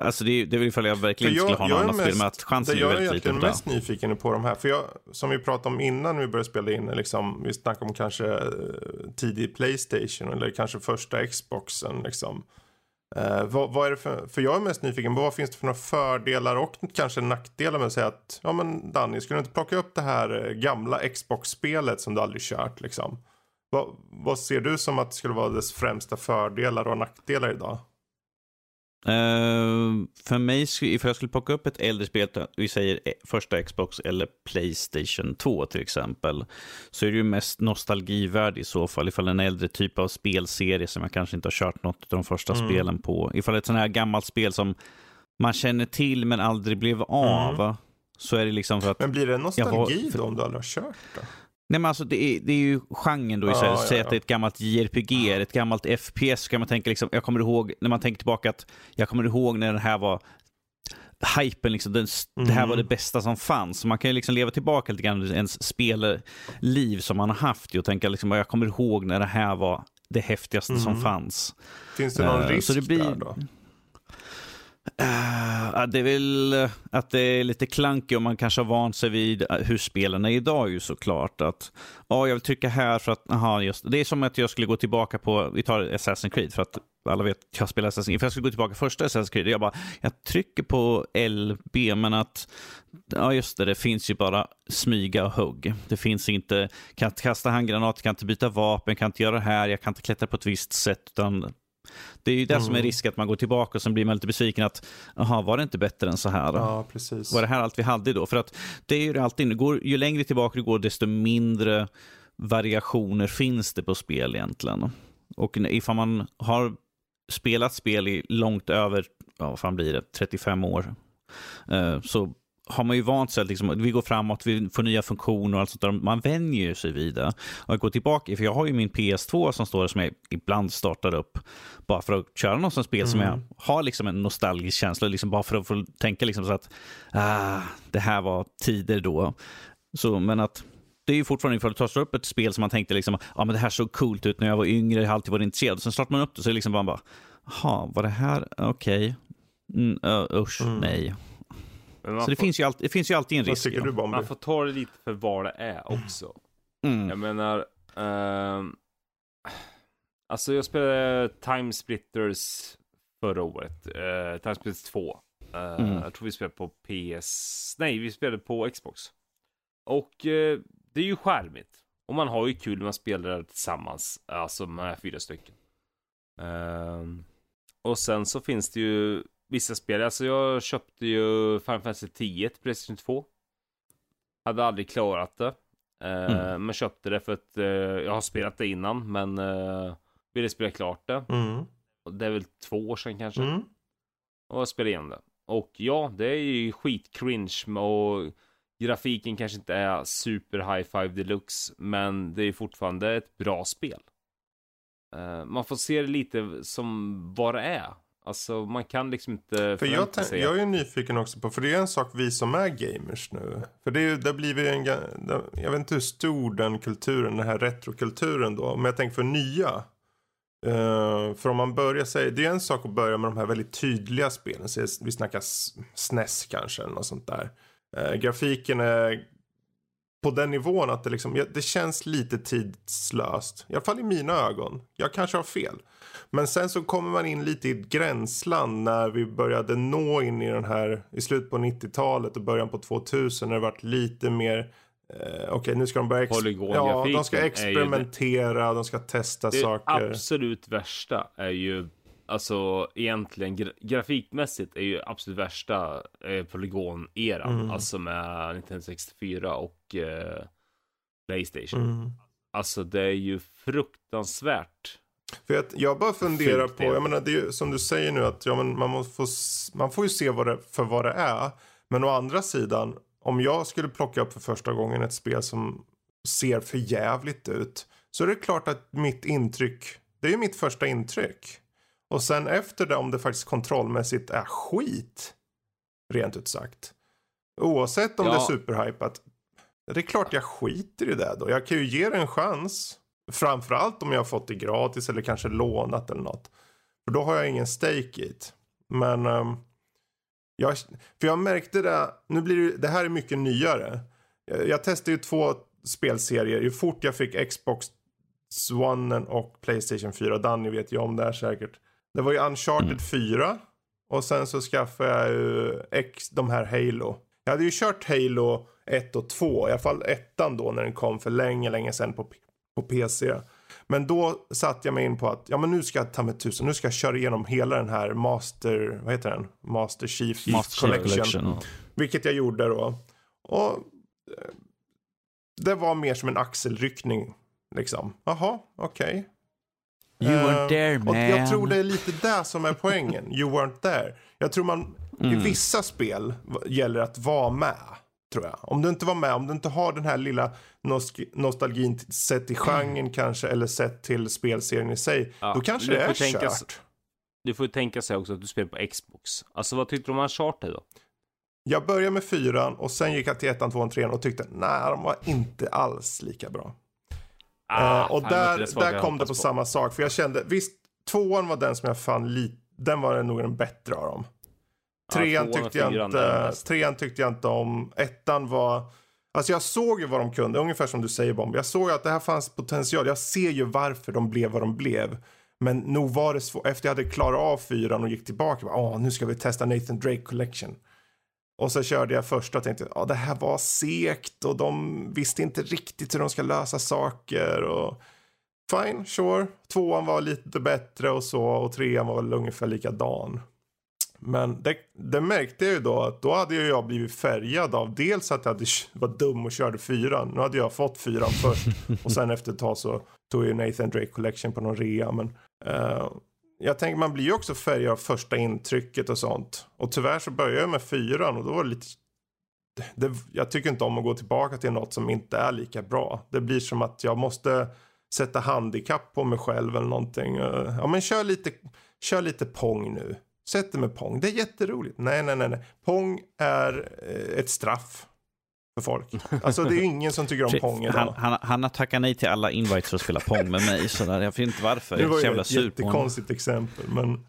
alltså det, det är väl ifall jag verkligen jag, skulle ha något annat mest, spel, men att chansen är väldigt liten på det. Jag är mest nyfiken på de här, för jag, som vi pratade om innan vi började spela in, liksom, vi snackade om kanske tidig PlayStation eller kanske första Xboxen liksom. Uh, vad, vad är det för, för jag är mest nyfiken på vad finns det för några fördelar och kanske nackdelar med att säga att, ja men Danny, skulle du inte plocka upp det här gamla Xbox-spelet som du aldrig kört liksom? Vad, vad ser du som att det skulle vara dess främsta fördelar och nackdelar idag? Uh, för mig, ifall jag skulle plocka upp ett äldre spel, vi säger första Xbox eller PlayStation två till exempel, så är det ju mest nostalgivärd i så fall, ifall en äldre typ av spelserie som jag kanske inte har kört något av de första mm. spelen på. Ifall det är ett sånt här gammalt spel som man känner till men aldrig blev av, mm. så är det liksom för att... Men blir det nostalgi var, för... då om du aldrig har kört då? Nej, men alltså det är, det är ju genren då, ja, säg ja, att det är ett gammalt J R P G, ja. ett gammalt F P S, så kan man tänka liksom, jag kommer ihåg, när man tänker tillbaka att jag kommer ihåg när den här var hypen, liksom, den, mm. det här var det bästa som fanns. Man kan ju liksom leva tillbaka lite grann ens spelliv som man har haft och tänka liksom, jag kommer ihåg när det här var det häftigaste mm. som fanns. Finns det någon uh, risk så det blir... där då? Uh, det är väl att det är lite klankigt och man kanske har vant sig vid hur spelarna är idag ju såklart att ja, jag vill trycka här för att aha, just, det är som att jag skulle gå tillbaka på, vi tar Assassin's Creed för att alla vet att jag spelar Assassin's Creed, för jag skulle gå tillbaka första Assassin's Creed, jag bara, jag trycker på L B men att ja just det, det finns ju bara smyga och hugg, det finns inte, kan inte kasta handgranater, kan inte byta vapen, kan inte göra det här, jag kan inte klättra på ett visst sätt, utan det är ju det mm. som är risk att man går tillbaka och så blir man lite besviken att aha, var det inte bättre än så här? Ja, precis. Var det här allt vi hade då? För att det är ju alltid, det går, ju längre tillbaka det går desto mindre variationer finns det på spel egentligen. Och ifall man har spelat spel i långt över, ja, vad fan blir det, trettiofem år, eh, så har man ju vant sig att liksom, vi går framåt, vi får nya funktioner och allt sånt där. Man vänjer sig vid det. Och jag går tillbaka, för jag har ju min P S två som står där som jag ibland startar upp bara för att köra något som spel mm. som jag har liksom en nostalgisk känsla, liksom bara för att få tänka liksom så att ah, det här var tider då. Så, men att det är ju fortfarande för att ta upp ett spel som man tänkte liksom, ja men det här såg coolt ut när jag var yngre, jag har alltid varit intresserad. Och sen startar man upp det så är det liksom bara, jaha, var det här okej? Okay. Mm, uh, usch, mm. nej. Så det, får, finns ju alltid, det finns ju alltid en risk. Du, man får ta det lite för vad det är också. Mm. Jag menar, uh, alltså jag spelade Time Splitters förra året. Uh, Time Splitters två. Uh, mm. Jag tror vi spelade på P S... Nej, vi spelade på Xbox. Och uh, det är ju skärmigt. Och man har ju kul när man spelar tillsammans. Alltså med fyra stycken. Uh, och sen så finns det ju vissa spel, alltså jag köpte ju Final Fantasy tio till PlayStation två. Hade aldrig klarat det. Uh, mm. Men köpte det för att uh, jag har spelat det innan, men uh, ville spela klart det. Mm. Och det är väl två år sedan kanske. Mm. Och jag spelade igen det. Och ja, det är ju skitcringe och grafiken kanske inte är super high five deluxe, men det är fortfarande ett bra spel. Uh, man får se det lite som vad det är. Alltså man kan liksom inte för jag, tänk, jag är ju nyfiken också på, för det är en sak vi som är gamers nu. För det, är, det blir en, det, jag vet inte hur stor den kulturen, den här retrokulturen då. Men jag tänker för nya. Uh, för om man börjar säga, det är en sak att börja med de här väldigt tydliga spelen. Så vi snackar S N E S kanske eller något sånt där. Uh, grafiken är på den nivån att det liksom, det känns lite tidslöst. I alla fall i mina ögon. Jag kanske har fel. Men sen så kommer man in lite i ett gränsland när vi började nå in i den här i slutet på nittiotalet och början på tvåtusen när det varit lite mer eh, okej, okay, nu ska de börja ex- ja, de ska experimentera, det, de ska testa det saker. Det absolut värsta är ju alltså egentligen gra- grafikmässigt är ju absolut värsta eh, polygon-eran, mm. alltså med Nintendo sextiofyra och eh, PlayStation. Mm. Alltså det är ju fruktansvärt. För jag, jag bara funderar på, jag menar det är ju, som du säger nu att ja, men man, måste få, man får ju se vad det, för vad det är. Men å andra sidan, om jag skulle plocka upp för första gången ett spel som ser för jävligt ut, så är det klart att mitt intryck, det är ju mitt första intryck. Och sen efter det, om det faktiskt kontrollmässigt är skit, rent ut sagt. Oavsett om ja. det är superhypat, det är klart jag skiter i det då. Jag kan ju ge det en chans. Framförallt om jag har fått det gratis eller kanske lånat eller något. För då har jag ingen stake i det. Men um, Jag, för jag märkte det, nu blir det, det här är mycket nyare. Jag, jag testade ju två spelserier ju fort jag fick Xbox One och PlayStation fyra. Danny vet ju om det här säkert. Det var ju Uncharted mm. fyra och sen så skaffade jag ju X, de här Halo. Jag hade ju kört Halo ett och två, i alla fall ettan då när den kom för länge, länge sedan på, på P C. Men då satt jag mig in på att ja men nu ska jag ta med tusen, nu ska jag köra igenom hela den här Master, vad heter den? Master Chief Master Collection. Collection ja. Vilket jag gjorde då. Och det var mer som en axelryckning liksom. Jaha, okej. Okay. You weren't there, man. Och jag tror det är lite där som är poängen. You weren't there. Jag tror man mm. i vissa spel gäller att vara med, tror jag. Om du inte var med, om du inte har den här lilla nost- nostalgin sett i genren mm. kanske, eller sett till spelserien i sig, ja, då kanske det är tänka, kört. Du får tänka sig också att du spelar på Xbox. Alltså vad tyckte du om Uncharted då? Jag började med fyran och sen gick jag till ettan, tvåan, trean och tyckte nej, de var inte alls lika bra. Ah, uh, och där, där kom det på, på samma sak. För jag kände, visst, tvåan var den som jag fann lite, den var nog den bättre av dem. Trean, ja, tyckte jag inte, trean tyckte jag inte om. Ettan var, alltså jag såg ju vad de kunde, ungefär som du säger Bomb. Jag såg att det här fanns potential. Jag ser ju varför de blev vad de blev. Men nog var det svårt, efter jag hade klarat av fyran och gick tillbaka, åh, nu ska vi testa Nathan Drake Collection. Och så körde jag första och tänkte, ja det här var segt och de visste inte riktigt hur de ska lösa saker och fine, sure. Tvåan var lite bättre och så, och trean var väl ungefär likadan. Men det, det märkte jag ju då att då hade jag blivit färgad av dels att jag hade, var dum och körde fyran. Nu hade jag fått fyran först och sen efter ett tag så tog jag Nathan Drake Collection på någon rea. Men uh, jag tänker man blir ju också färgad av första intrycket och sånt. Och tyvärr så började jag med fyran och då var det lite... Det, jag tycker inte om att gå tillbaka till något som inte är lika bra. Det blir som att jag måste sätta handikapp på mig själv eller någonting. Ja men kör lite, kör lite Pong nu. Sätt det med Pong. Det är jätteroligt. Nej, nej, nej, nej. Pong är eh, ett straff för folk. Alltså det är ju ingen som tycker om Pong idag. Han, han, han har tackat nej till alla invites för att spela Pong med mig. Så där. Jag vet inte varför. Det var ju ett jättekonstigt exempel. Men...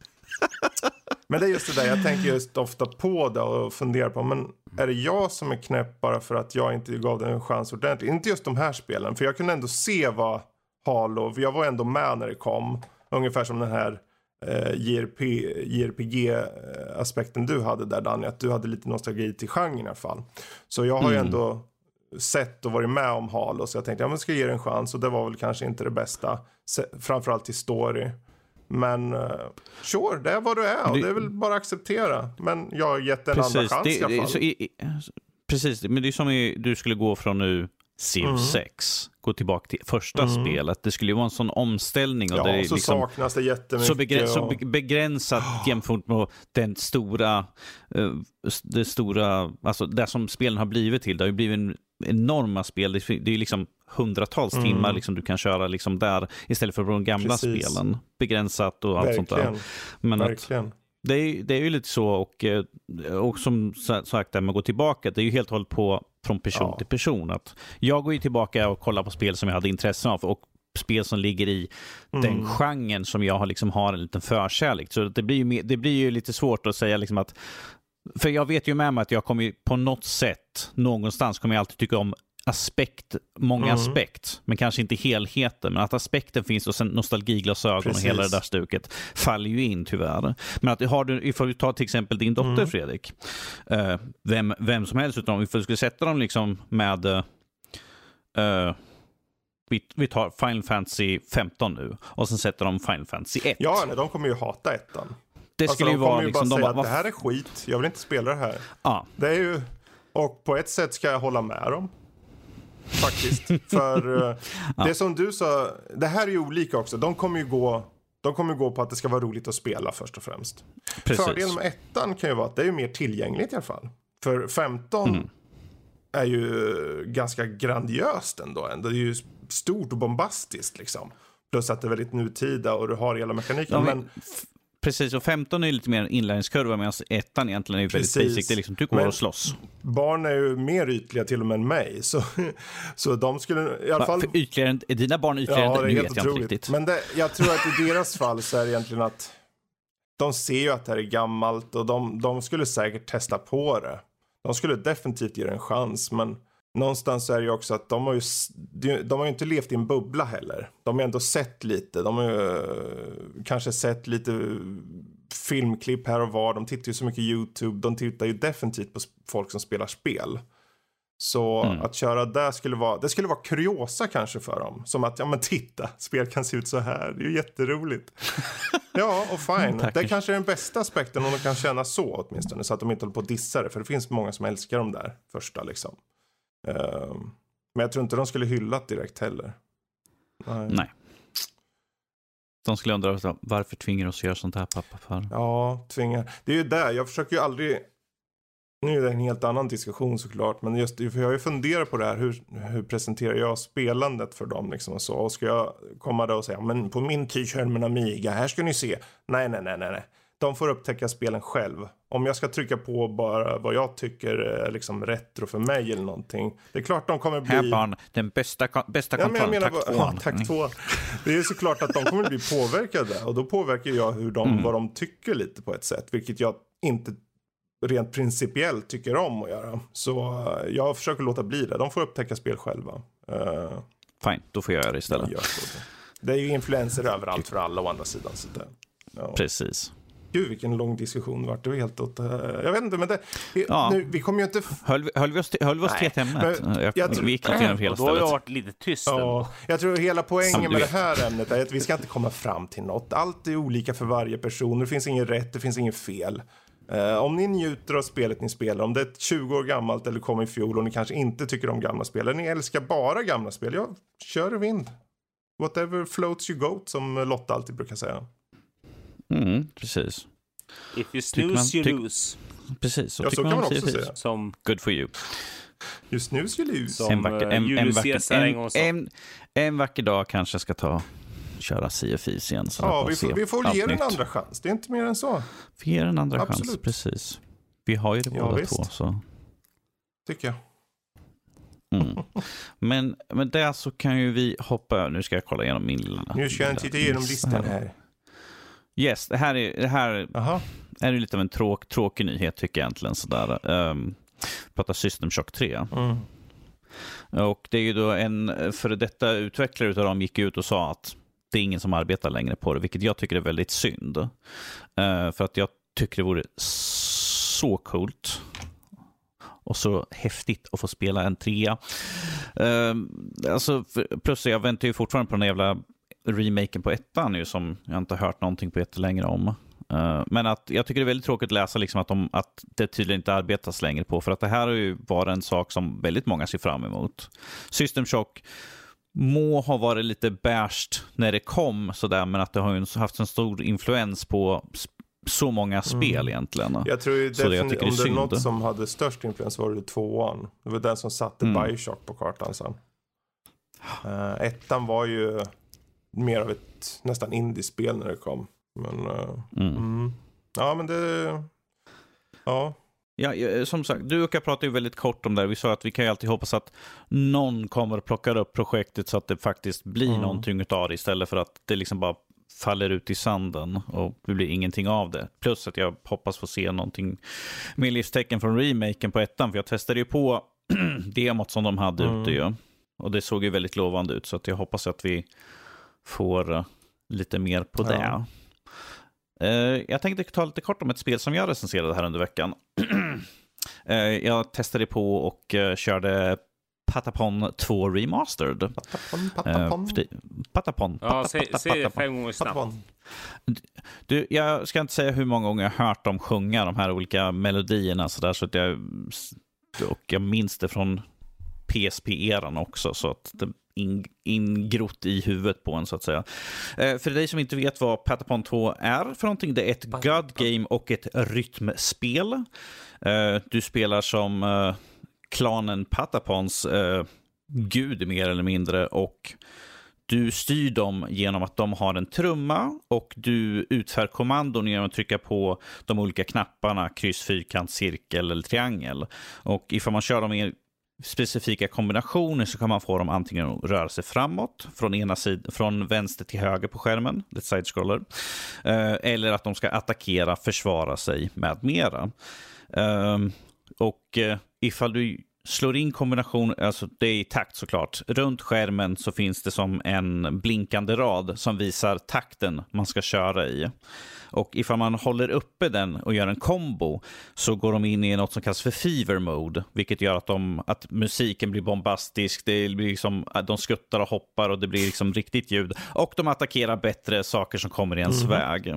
men det är just det där. Jag tänker just ofta på det och funderar på. Men är det jag som är knäpp bara för att jag inte gav den en chans ordentligt? Inte just de här spelen. För jag kunde ändå se vad Halo... Jag var ändå med när det kom. Ungefär som den här... J R P, J R P G-aspekten du hade där Danny, att du hade lite nostalgi till genren i alla fall. Så jag har ju ändå mm. sett och varit med om Halo, så jag tänkte, ja men ska ge det en chans, och det var väl kanske inte det bästa, framförallt i story. Men uh, sure, det är vad du är, och det är väl bara att acceptera. Men jag har gett en precis, andra chans det, i alla fall. Så, i, precis, men det är som i, du skulle gå från nu Civ mm. sex, gå tillbaka till första mm. spelet. Det skulle ju vara en sån omställning. Och ja, det är så liksom, saknas det jättemycket. Så, begräns, och... så begränsat oh. jämfört med den stora, uh, det stora, alltså det som spelen har blivit till. Det har ju blivit en enorma spel. Det är ju liksom hundratals mm. timmar liksom du kan köra liksom där istället för de gamla Precis. spelen. Begränsat och allt Verkligen. sånt där. Men Verkligen. Att, det är, det är ju lite så, och, och som sagt där man går tillbaka, det är ju helt hållet på från person ja. till person. Att jag går ju tillbaka och kollar på spel som jag hade intresse av, och spel som ligger i mm. den genren som jag har, liksom har en liten förkärlek. Så det blir ju, det blir ju lite svårt att säga liksom att, för jag vet ju med mig att jag kommer på något sätt, någonstans kommer jag alltid tycka om aspekt, många mm. aspekt, men kanske inte helheten, men att aspekten finns och sen nostalgiglasögon Precis. och hela det där stuket faller ju in tyvärr. Men att har du, ifall du tar till exempel din dotter mm. Fredrik, uh, vem, vem som helst utan ifall du skulle sätta dem liksom med uh, vi, vi tar Final Fantasy femton nu och sen sätter de Final Fantasy ett. Ja, nej, de kommer ju hata ettan. Det skulle alltså, ju vara ju liksom bara de säga bara, att det här är skit, jag vill inte spela det här. Ja. Det är ju, och på ett sätt ska jag hålla med dem. Faktiskt. För uh, ja. det som du sa, det här är ju olika också. De kommer ju gå, de kommer ju gå på att det ska vara roligt att spela först och främst. Precis. Fördelen med ettan kan ju vara att det är ju mer tillgängligt i alla fall. För femton mm. är ju ganska grandiöst ändå. Det är ju stort och bombastiskt liksom. Plus att det är väldigt nutida och du har hela mekaniken. Ja, men, men precis, och femton är lite mer en inlärningskurva, medan ettan egentligen är ju väldigt basic. Det är liksom, du går men och slåss. Barn är ju mer ytliga till och med än mig. Så, så de skulle i alla fall... För ytligare, är dina barn ytligare? Ja, det är nu helt vet jag otroligt. inte riktigt. Men det, jag tror att i deras fall så är det egentligen att de ser ju att det här är gammalt och de, de skulle säkert testa på det. De skulle definitivt ge det en chans, men någonstans är det ju också att de har ju, de har ju inte levt i en bubbla heller. De har ändå sett lite. De har ju kanske sett lite filmklipp här och var. De tittar ju så mycket YouTube. De tittar ju definitivt på folk som spelar spel. Så mm. att köra där skulle vara, det skulle vara kuriosa kanske för dem. Som att, ja men titta, spel kan se ut så här. Det är ju jätteroligt. Ja, och fine. Det är kanske är den bästa aspekten om de kan känna så åtminstone. Så att de inte håller på att dissa det. För det finns många som älskar dem där första liksom. Uh, men jag tror inte de skulle hylla direkt heller. Nej. Nej. De skulle undra varför tvingar oss att göra sånt här, pappa? För? Ja, tvingar. Det är ju där. Jag försöker ju aldrig... Nu är det en helt annan diskussion såklart. Men just för jag har ju funderat på det här. Hur, hur presenterar jag spelandet för dem liksom och så. Och ska jag komma där och säga, men på min tid kör med en Amiga. Här ska ni se. Nej, nej, nej, nej, nej. De får upptäcka spelen själv. Om jag ska trycka på bara vad jag tycker är liksom retro för mig eller någonting. Det är klart de kommer bli... Här barn, den bästa, bästa kontrollen, ja, tack två. Ja, tack två. Det är såklart att de kommer bli påverkade. Och då påverkar jag hur de, mm. vad de tycker lite på ett sätt. Vilket jag inte rent principiellt tycker om att göra. Så jag försöker låta bli det. De får upptäcka spel själva. Uh, Fine, då får jag göra det istället. Jag det. det är ju influenser överallt för alla å andra sidan. Så det, ja. Precis. Gud, vilken lång diskussion vart det var helt åt... Jag vet inte, men det... Vi, ja. nu, vi kommer ju inte... Höll, höll vi oss till, höll vi oss till ett ämnet? Jag, jag tror, vi gick igenom hela då har jag varit lite tyst. Ja, jag tror hela poängen med det här ämnet är att vi ska inte komma fram till något. Allt är olika för varje person. Det finns inget rätt, det finns inget fel. Uh, om ni njuter av spelet ni spelar, om det är tjugo år gammalt eller kom i fjol och ni kanske inte tycker om gamla spel, eller ni älskar bara gamla spel, ja, kör i vind. Whatever floats you goat, som Lotta alltid brukar säga. Mm, precis. If you snooze you lose. Precis, så, ja, så kan man, man också säga. Som good for you. You snooze you lose. Som en vacker, en, en, vacker, en, en, en vacker dag kanske ska ta köra Sea of Thieves igen. Så ja, vi får, vi får ge en andra chans. Det är inte mer än så. Vi ger en andra Absolut. chans, precis. Vi har ju det båda ja, två. Så. Tycker jag. Mm. Men, men där så kan ju vi hoppa... Nu ska jag kolla igenom min lilla... Nu ska jag titta igenom listan här. Yes, det här är, det här är ju lite av en tråk, tråkig nyhet tycker jag egentligen. Sådär. Um, pratar System Shock tre. Mm. Och det är ju då en för detta utvecklare utav dem gick ut och sa att det är ingen som arbetar längre på det, vilket jag tycker är väldigt synd. Uh, för att jag tycker det vore så coolt och så häftigt att få spela en trea. Uh, alltså, plus jag väntar ju fortfarande på den jävla remaken på ettan nu som jag inte har hört någonting på jättelängre om. Uh, men att jag tycker det är väldigt tråkigt att läsa liksom att, de, att det tydligen inte arbetas längre på, för att det här har ju varit en sak som väldigt många ser fram emot. System Shock må ha varit lite bärst när det kom sådär, men att det har ju haft en stor influens på så många spel mm. egentligen. Jag tror ju definitivt om det är något som hade störst influens var det tvåan. Det var den som satte mm. Bioshock på kartan sen. Uh, ettan var ju mer av ett nästan indie-spel när det kom. Men, uh, mm. Mm. Ja, men det... Ja. Ja, som sagt, du och jag pratade ju väldigt kort om det. Vi sa att vi kan ju alltid hoppas att någon kommer att plocka upp projektet så att det faktiskt blir mm. någonting av det istället för att det liksom bara faller ut i sanden och det blir ingenting av det. Plus att jag hoppas få se någonting med livstecken från remaken på ettan, för jag testade ju på demot som de hade mm. ute ju. Och det såg ju väldigt lovande ut, så att jag hoppas att vi får lite mer på det. Ja. Uh, jag tänkte ta lite kort om ett spel som jag recenserade här under veckan. uh, jag testade på och uh, körde Patapon två Remastered. Patapon, Patapon. Uh, Patapon. Ja, säg det fem gånger snabbt. Du, jag ska inte säga hur många gånger jag har hört dem sjunga de här olika melodierna så där, så att jag, och jag minns det från P S P-eran också, så att det in, ingrott i huvudet på en så att säga. Eh, för dig som inte vet vad Patapon två är för någonting, det är ett God Game och ett rytmspel. Eh, du spelar som eh, klanen Patapons eh, gud mer eller mindre, och du styr dem genom att de har en trumma och du utför kommandon genom att trycka på de olika knapparna, kryss, fyrkant, cirkel eller triangel. Och ifall man kör dem i specifika kombinationer så kan man få dem antingen att röra sig framåt från ena sidan, från vänster till höger på skärmen, ett side-scroller, eh, eller att de ska attackera, försvara sig med mera. Eh, och eh, ifall du slår in kombination, alltså det är i takt såklart. Runt skärmen så finns det som en blinkande rad som visar takten man ska köra i. Och ifall man håller uppe den och gör en kombo så går de in i något som kallas för fever mode, vilket gör att, de, att musiken blir bombastisk, det blir liksom, de skuttar och hoppar och det blir liksom riktigt ljud. Och de attackerar bättre saker som kommer i ens mm. väg.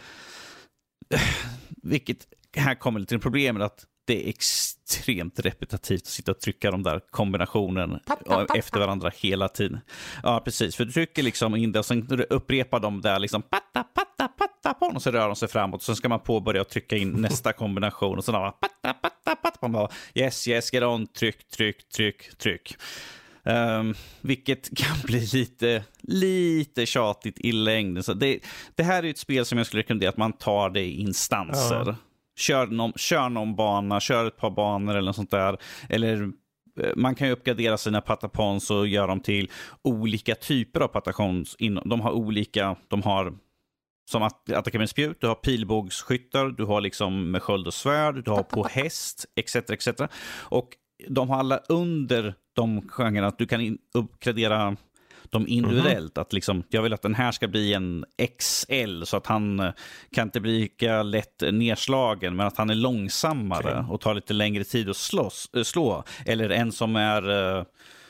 Vilket här kommer lite problem med att det är extremt repetitivt att sitta och trycka de där kombinationen patta, patta. efter varandra hela tiden. Ja, precis. För du trycker liksom in det och sen upprepar de där liksom patta, patta, patta på och så rör de sig framåt. Sen ska man påbörja och trycka in nästa kombination och så bara patta, patta, patta. Man bara yes, yes, get on, tryck, tryck, tryck, tryck. Um, vilket kan bli lite, lite tjatigt i längden. Så det, det här är ett spel som jag skulle rekommendera att man tar det i instanser. Ja. Kör någon, kör någon bana, kör ett par banor eller något sånt där. Eller man kan ju uppgradera sina patapons och göra dem till olika typer av patapons. De har olika, de har som att attacka med spjut, du har pilbågsskyttar, du har liksom med sköld och svärd, du har på häst, et cetera et cetera. Och de har alla under de genrerna att du kan in, uppgradera de individuellt. Mm-hmm. Att liksom, jag vill att den här ska bli en X L så att han kan inte bli lika lätt nedslagen men att han är långsammare okay. och tar lite längre tid att slåss, slå. Eller en som är uh,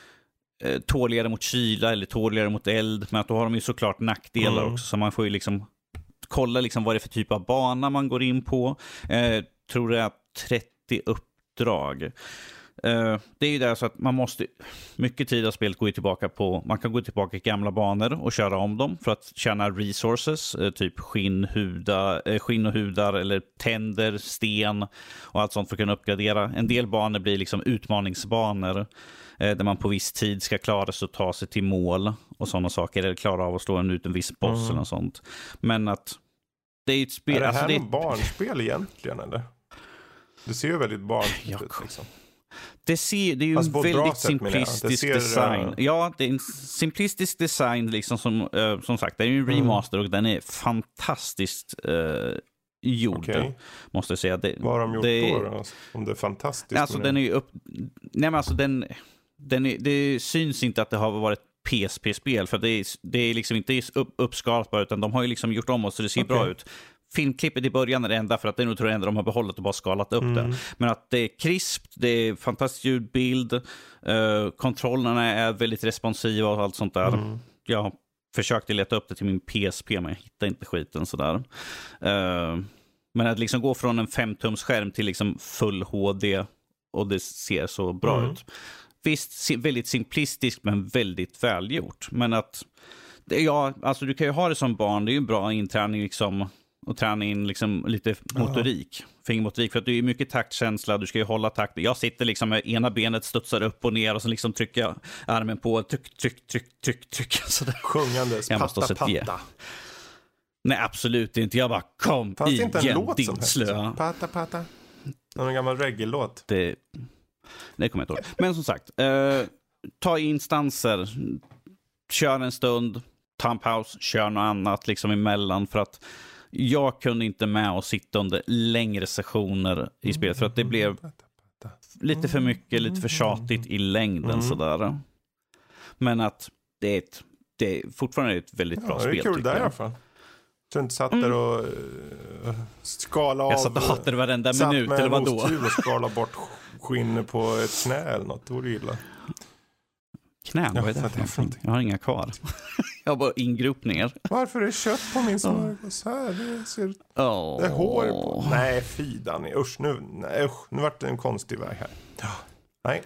tåligare mot kyla eller tåligare mot eld. Men att då har de ju såklart nackdelar mm. också. Så man får ju liksom kolla liksom vad det är för typ av bana man går in på. Uh, tror det är trettio uppdrag. Uh, det är ju där så att man måste mycket tid av spelet går ju tillbaka på, man kan gå tillbaka i gamla banor och köra om dem för att tjäna resources, uh, typ skinn, huda, uh, skinn och hudar eller tänder, sten och allt sånt för att kunna uppgradera. En del banor blir liksom utmaningsbanor uh, där man på viss tid ska klara sig och ta sig till mål och sådana saker, eller klara av att slå en ut en viss boss mm. eller något sånt. Men att det är ett spel, är det här alltså det är ett barnspel egentligen eller? Det ser ju väldigt barnsligt ut liksom. Det, ser, det är ju en väldigt simplistisk ser, design. Ja, det är en simplistisk design liksom som, uh, som sagt, det är ju en remaster mm. och den är fantastiskt uh, gjord. Okay. Måste jag säga. Det, Vad har de gjort det, då? Då? Om det är fantastiskt. Alltså den är ju upp... Nej men alltså den... den är, det syns inte att det har varit P S P-spel för det är, det är liksom inte upp, uppskalat bara utan de har ju liksom gjort om oss så det ser okay. bra ut. Filmklippet i början är det enda för att det är nog tror jag ändå de har behållit och bara skalat upp mm. det. Men att det är krispt, det är fantastisk ljudbild, uh, kontrollerna är väldigt responsiva och allt sånt där. Mm. Jag försökte leta upp det till min P S P men jag hittade inte skiten sådär. Uh, men att liksom gå från en fem-tums skärm till liksom full H D och det ser så bra mm. ut. Visst, väldigt simplistiskt men väldigt välgjort. Men att, ja, alltså du kan ju ha det som barn, det är ju en bra inträning liksom. Och träna in liksom lite motorik, uh-huh. fingermotorik, för att det är mycket taktkänsla, du ska ju hålla takt. Jag sitter liksom med ena benet studsar upp och ner och så liksom trycker jag armen på, tryck, tryck, tryck, tryck, tryck. Sjungandes, patta, patta. Nej, absolut inte. Jag bara, kom Fanns igen, inte en låt din som slö. Patta, patta. Någon gammal reggae-låt. Det, det kommer jag inte ihåg. Men som sagt, eh, ta instanser, kör en stund, ta en paus, kör något annat liksom emellan för att jag kunde inte med och sitta under längre sessioner i spelet för att det blev lite för mycket, lite för tjatigt i längden mm. sådär. Men att det är, ett, det är fortfarande ett väldigt bra ja, spel. Det är kul där i alla fall. Så inte satt där och uh, skala av. Jag satt och hatade varenda minut eller vadå? Satt med en och skala bort skinn på ett knä eller något. Det vore illa. Knän, vad är det för någonting? Jag har inga kvar. Jag har bara ingropningar. Varför är det kött på min smörgås här? Det ser... Oh. Det är hår på. Nej, fy Danny. Usch, nu, nej, usch, nu vart det en konstig väg här. Nej.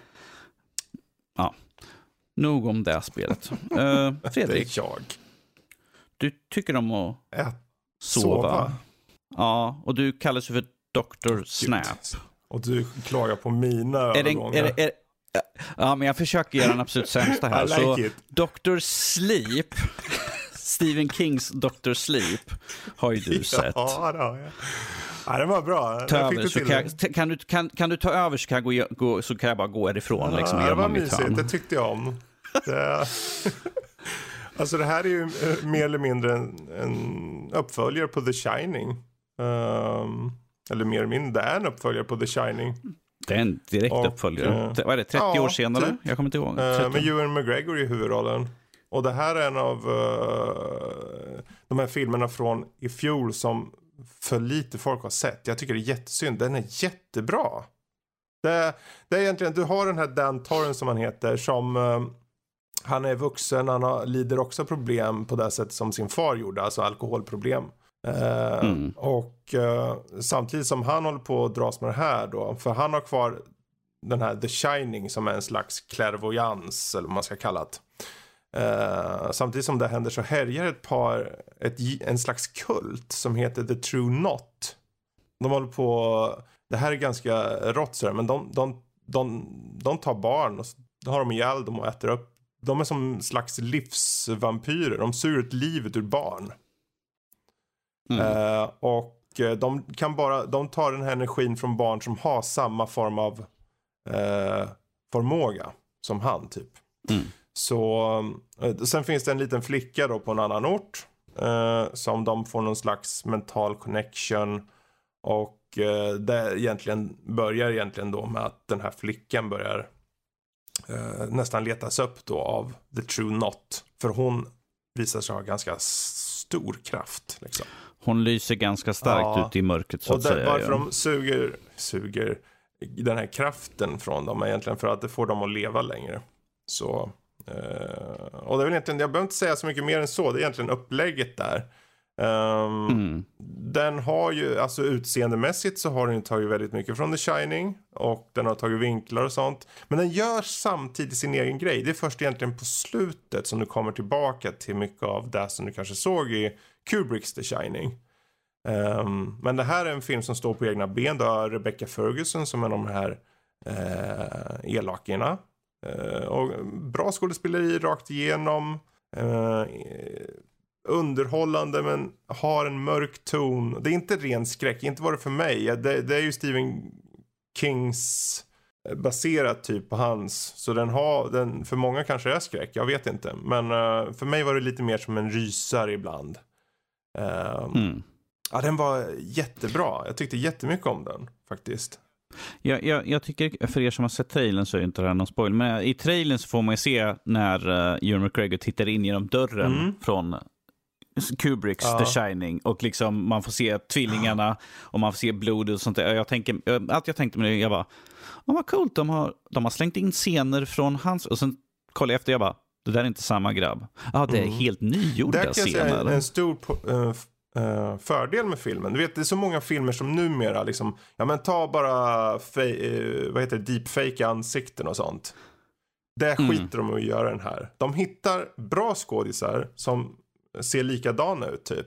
Ja. Nog om det här spelet. Uh, Fredrik. Det är jag. Du tycker om att Ät. sova. sova. Ja, och du kallas för doktor Snap. Och du klagar på mina övergångar. Är det, är, är, ja, men jag försöker göra den absolut sämsta här. Like så it. doktor Sleep, Stephen Kings doktor Sleep har ju du sett. Ja, det har jag. Ja, det var bra. Ta över, så kan, jag, kan, du, kan, kan du ta över så kan jag, gå, gå, så kan jag bara gå härifrån. Ja, liksom, det var mysigt, det tyckte jag om. Det, alltså det här är ju mer eller mindre en, en uppföljare på The Shining. Um, eller mer eller mindre, det är en uppföljare på The Shining. Det är en direkt och, uppföljare. Uh, Vad är det, trettio ja, år senare? Typ. Jag kommer inte ihåg. Uh, med Ewan McGregor i huvudrollen. Och det här är en av uh, de här filmerna från i fjol som för lite folk har sett. Jag tycker det är jättesynd. Den är jättebra. Det, det är egentligen, du har den här Dan Torrance som han heter, som uh, han är vuxen, han har, lider också problem på det sättet som sin far gjorde, alltså alkoholproblem. Uh, mm. Och uh, samtidigt som han håller på att dras med det här då, för han har kvar den här The Shining som är en slags clairvoyance eller vad man ska kalla det. Uh, samtidigt som det händer så härjar ett par ett, en slags kult som heter The True Knot. De håller på, det här är ganska rått så här, men de, de, de, de tar barn och har dem ihjäl dem och äter upp. De är som slags livsvampyrer. De suger ett livet ur barn. Mm. Uh, och de kan bara, de tar den här energin från barn som har samma form av uh, förmåga som han typ. Mm. Så uh, sen finns det en liten flicka då på en annan ort uh, som de får någon slags mental connection, och uh, det egentligen börjar egentligen då med att den här flickan börjar uh, nästan letas upp då av The True Knot, för hon visar sig ha ganska stor kraft liksom. Hon lyser ganska starkt ja. ut i mörkret så och att där, säga. Varför ja. de suger, suger den här kraften från dem är egentligen för att det får dem att leva längre. Så, eh, och det är väl egentligen, jag behöver inte säga så mycket mer än så. Det är egentligen upplägget där. Um, mm. Den har ju, alltså utseendemässigt så har den tagit väldigt mycket från The Shining. Och den har tagit vinklar och sånt. Men den gör samtidigt sin egen grej. Det är först egentligen på slutet som du kommer tillbaka till mycket av det som du kanske såg i Kubricks The Shining. Um, men det här är en film som står på egna ben. Du har Rebecca Ferguson som är de här uh, elakerna. Uh, och bra skådespeleri rakt igenom. Uh, underhållande men har en mörk ton. Det är inte ren skräck, inte var det för mig. Det, det är ju Stephen Kings baserat typ på hans. Så den har, den, för många kanske är skräck, jag vet inte. Men uh, för mig var det lite mer som en rysare ibland. Um, mm. Ja, den var jättebra. Jag tyckte jättemycket om den faktiskt. Ja, jag, jag tycker, för er som har sett trailern så är inte det här någon spoil. Men i trailern så får man ju se när uh, Ewan McGregor tittar in genom dörren mm. från Kubricks ja. The Shining, och liksom man får se tvillingarna och man får se blod och sånt där. Jag tänker, allt jag tänkte med det, jag bara, oh, vad coolt, de har, de har slängt in scener från hans, och sen kollade jag efter, jag bara, det där är inte samma grabb. Ja, ah, det är mm. helt nygjorda scener. Det är en, en stor uh, uh, fördel med filmen. Du vet, det är så många filmer som numera liksom, ja men ta bara fe- uh, vad heter det, deepfake ansikten och sånt. Det skiter mm. de att göra den här. De hittar bra skådisar som ser likadana ut typ.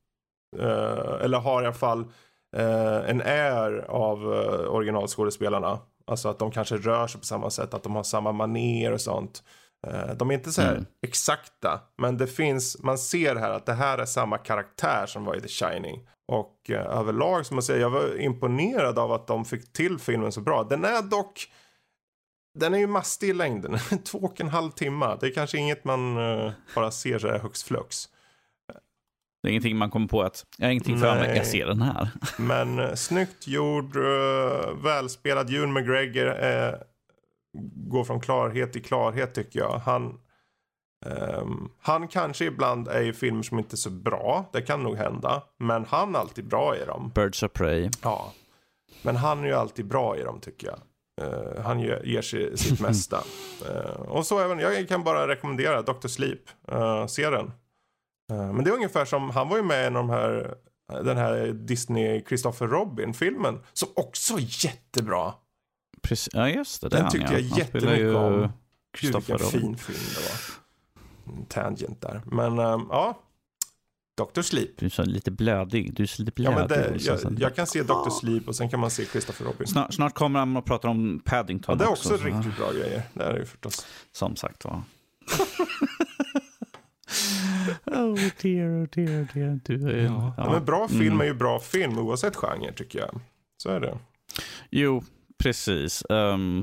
Uh, eller har i alla fall uh, en air av uh, originalskådespelarna. Alltså att de kanske rör sig på samma sätt, att de har samma manér och sånt. Uh, de är inte så här mm. exakta, men det finns, man ser här att det här är samma karaktär som var i The Shining. Och uh, överlag, som man säger, jag var imponerad av att de fick till filmen så bra. Den är dock, den är ju mastig i längden. Två och en halv timme. Det är kanske inget man uh, bara ser så här högst flux. Det är ingenting man kommer på att jag har ingenting för mig, jag ser den här. Men uh, snyggt gjord, uh, välspelad. Ewan McGregor uh, går från klarhet till klarhet tycker jag. Han, um, han kanske ibland är i filmer som inte är så bra. Det kan nog hända. Men han är alltid bra i dem. Birds of Prey. Ja. Men han är ju alltid bra i dem tycker jag. Uh, han ger, ger sig sitt mesta. Uh, och så även, jag kan bara rekommendera doktor Sleep. Uh, se den. Uh, men det är ungefär som, han var ju med i de här, den här Disney Christopher Robin-filmen. Som också är jättebra. Precis, ja just det. Den det tyckte han, jag ja. jättemycket ju om. Gud, vilken Robin. fin film det var. En tangent där. Men um, ja, doktor Sleep. Du är så lite blödig. Du är så lite blödig. Ja, men det, jag, jag kan se doktor Sleep och sen kan man se Christopher Robin. Snart, snart kommer han och pratar om Paddington. Ja, det är också, också riktigt bra grejer. Det är det ju förstås. Som sagt va. Oh, Oh dear, oh dear, oh dear. Du, är- Ja. ja. Men bra film Mm. är ju bra film oavsett genre tycker jag. Så är det. Jo, precis. Um,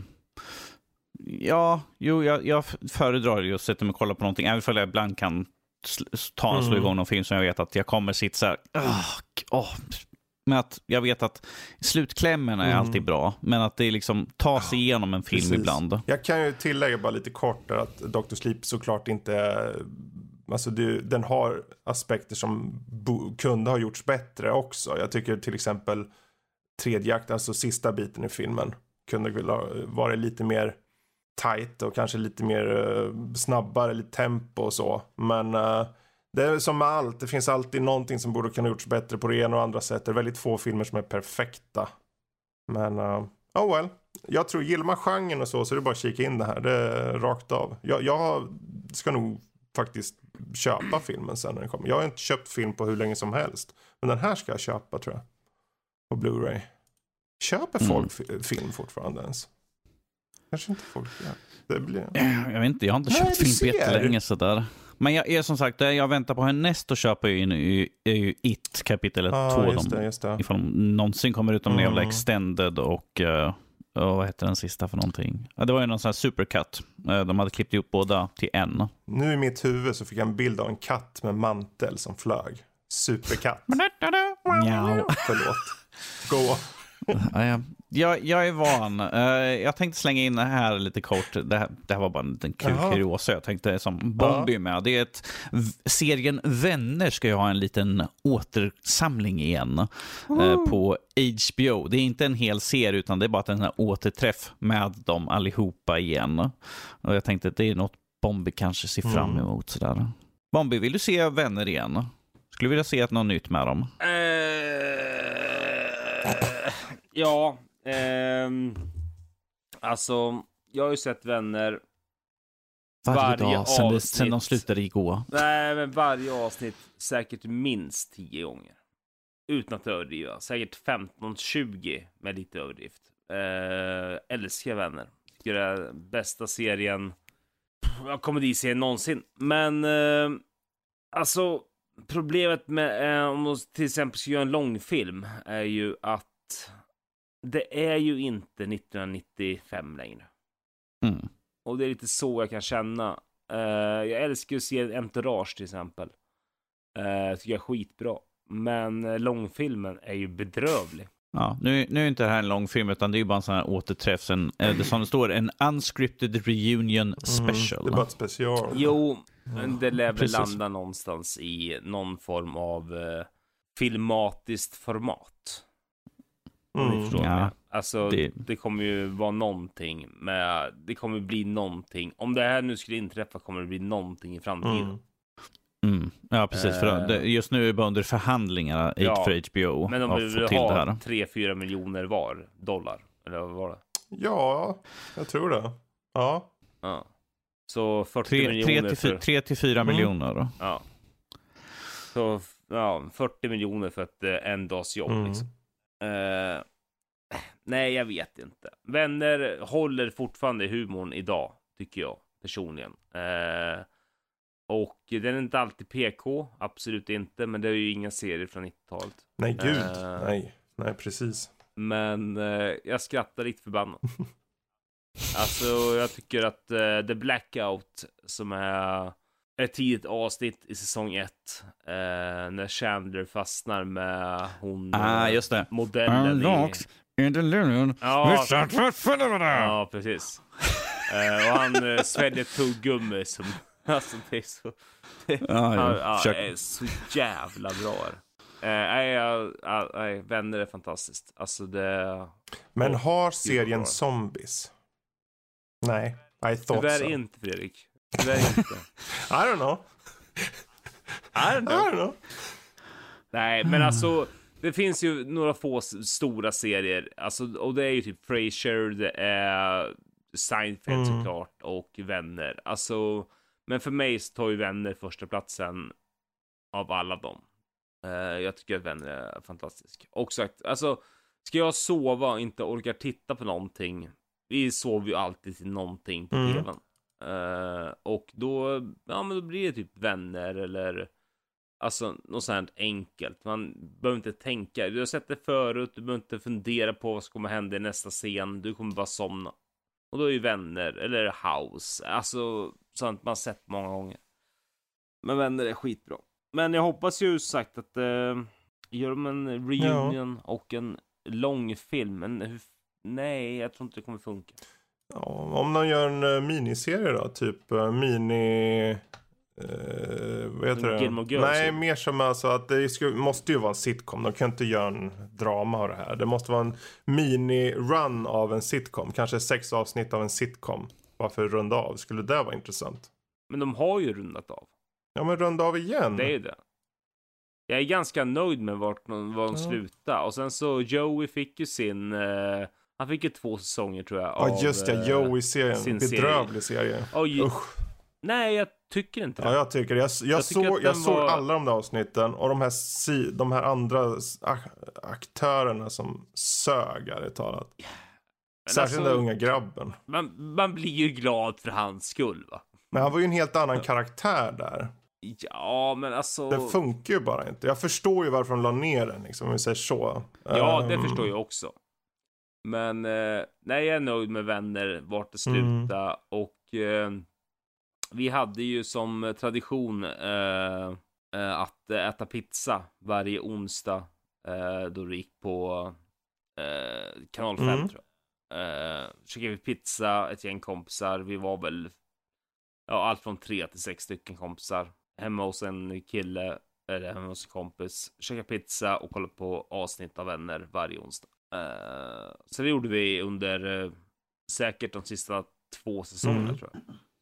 ja, jo, jag, jag föredrar ju att sätta mig och kolla på någonting. Även om jag ibland kan sl- ta och slå Mm. igång någon film som jag vet att jag kommer sitta så här. "Åh, åh." Men att jag vet att slutklämmen är Mm. alltid bra. Men att det är liksom ta sig igenom en film Precis. ibland. Jag kan ju tillägga bara lite kort där att doktor Sleep såklart inte är, alltså det, den har aspekter som bo, kunde ha gjorts bättre också. Jag tycker till exempel tredje akten, alltså sista biten i filmen, kunde vilja vara lite mer tight och kanske lite mer uh, snabbare, lite tempo och så. Men uh, det är som med allt, det finns alltid någonting som borde kunna gjorts bättre på det ena och andra sätt. Det är väldigt få filmer som är perfekta. Men, uh, oh well. Jag tror, gillar man genren och så, så är det bara att kika in det här. Det är rakt av. Jag, jag ska nog faktiskt köpa filmen sen när den kommer. Jag har inte köpt film på hur länge som helst. Men den här ska jag köpa, tror jag. På Blu-ray. Köper folk Mm. fi- film fortfarande ens? Kanske inte folk gör. Det blir... Jag vet inte, jag har inte Nej, köpt du film på ser. jättelänge sådär. Men jag är som sagt, det jag väntar på härnäst att köpa är ju, är ju It kapitel Ja, två. just det, just det. Ifall de någonsin kommer ut om mm. jävla Mm. extended och uh, vad heter den sista för någonting? Ja, det var ju någon sån här supercut. Uh, de hade klippt ihop båda till en. Nu i mitt huvud så fick jag en bild av en katt med mantel som flög. Superkatt. Mjau. Förlåt. Gå. Uh, jag, jag är van. Uh, jag tänkte slänga in det här lite kort. Det här, det här var bara en liten kul Jaha. kuriosa. Jag tänkte som Bombi med. Det är ett, serien Vänner ska ju ha en liten återsamling igen uh, på H B O. Det är inte en hel serie utan det är bara en här återträff med dem allihopa igen. Och jag tänkte att det är något Bombi kanske ser fram Mm. emot. Sådär. Bombi, vill du se Vänner igen? Skulle vilja se ett något nytt med dem. Eh, ja, ehm, alltså jag har ju sett Vänner Varje, varje dag sen, det, avsnitt. sen de slutade igår. Nej, men varje avsnitt säkert minst tio gånger. Utan att överdriva. Säkert femton tjugo med lite överdrift. Eh, älskar Vänner. Tycker det är bästa serien, pff, komediserien någonsin. Men eh, alltså problemet med eh, om man till exempel ska göra en långfilm är ju att det är ju inte nittonhundranittiofem längre. Mm. Och det är lite så jag kan känna. Uh, jag älskar att se Entourage till exempel. Uh, tycker jag är skitbra. Men uh, långfilmen är ju bedrövlig. Ja, nu, nu är inte det här en lång film utan det är ju bara en sån här återträff. En, eh, det som det står, en unscripted reunion special. Mm, det är bara ett special. Jo, men det lär väl Precis. landa någonstans i någon form av uh, filmatiskt format. Om ni Mm. förstår Ja, mig. Alltså det- det... kommer ju vara någonting med, det kommer bli någonting. Om det här nu skulle inträffa kommer det bli någonting i framtiden. Mm. Mm. Ja, precis. För Eh. det, just nu är det bara under förhandlingar Ja, för H B O Men de att vill få till det ha här. tre fyra miljoner var dollar. Eller vad var det? Ja, jag tror det. Ja. Ja. Så fyrtio tre miljoner till för... tre till fyra Mm. miljoner då. Ja. Så ja, fyrtio miljoner för ett eh, en dags jobb Mm. liksom. Eh, nej, jag vet inte. Vänner håller fortfarande humorn idag, tycker jag personligen. Eh, och den är inte alltid P K, absolut inte, men det är ju inga serier från nittiotalet. Nej, gud. Eh. Nej. Nej, precis. Men eh, jag skrattar lite förbannat. Alltså, jag tycker att eh, The Blackout, som är ett tidigt avsnitt i säsong ett, eh, när Chandler fastnar med hon Ah, eh, just det. modellen i... in the luren. Ja, ja, precis. Eh, och han eh, sväljer tuggummi som... Alltså, det är så... Ja, Ja, ja. ja, Försök- det är så jävla bra. Eh, nej, ja, ja, nej, Vänner är fantastiskt. Alltså det... Men Åh, har gud, serien vad bra. zombies? Nej, I thought Tyvärr so. inte, Fredrik. Tyvärr inte. I don't know. I don't I know. don't know. Nej, men alltså... Det finns ju några få s- stora serier. Alltså, och det är ju typ Frasier, det är Seinfeld Mm. såklart, och Vänner. Alltså... Men för mig så tar ju Vänner första platsen av alla dem. Uh, jag tycker att Vänner är fantastisk. Och sagt, alltså... Ska jag sova och inte orkar titta på någonting? Vi sover ju alltid till någonting på Mm. tvn. Uh, och då, ja men då blir det typ Vänner eller Alltså något sånt enkelt. Man behöver inte tänka. Du har sett det förut. Du behöver inte fundera på vad som kommer hända i nästa scen. Du kommer bara somna. Och då är ju Vänner eller House. Alltså sånt man sett många gånger. Men Vänner är skitbra. Men jag hoppas ju sagt att eh, gör de en reunion ja. och en lång film. Men hur, nej, jag tror inte det kommer funka. Ja, om de gör en uh, miniserie då. Typ uh, mini... Uh, vad heter det? Nej, mer som alltså att det ska, måste ju vara en sitcom. De kan inte göra en drama av det här. Det måste vara en mini-run av en sitcom. Kanske sex avsnitt av en sitcom. Varför runda av? Skulle det vara intressant? Men de har ju rundat av. Ja, men runda av igen. Det är ju det. Jag är ganska nöjd med vart de, var de ja. slutade. Och sen så Joey fick ju sin... Uh, han fick ju två säsonger tror jag. Ja, just det. Joey-serien. Bedrövlig serie. serie. Och, Usch. Nej, jag tycker inte det. Ja, jag tycker det. Jag, jag, jag såg, jag såg var... alla de där avsnitten. Och de här, si, de här andra aktörerna som sög, är det talat. Men särskilt alltså, den unga grabben. Man, man blir ju glad för hans skull, va? Men han var ju en helt annan karaktär där. Ja, men alltså... Det funkar ju bara inte. Jag förstår ju varför de la ner den, liksom, om vi säger så. Ja, um... det förstår jag också. Men, eh, nej, jag är nöjd med Vänner, vart det slutar. Mm. Och eh, vi hade ju som tradition eh, eh, att äta pizza varje onsdag. Eh, då det gick på eh, kanal fem, mm. tror jag. Eh, käkade vi pizza, ett gäng kompisar. Vi var väl ja, allt från tre till sex stycken kompisar. Hemma hos en kille, eller hemma hos en kompis. Käka pizza och kolla på avsnitt av Vänner varje onsdag. Uh, så det gjorde vi under uh, säkert de sista två säsongerna, mm. tror jag.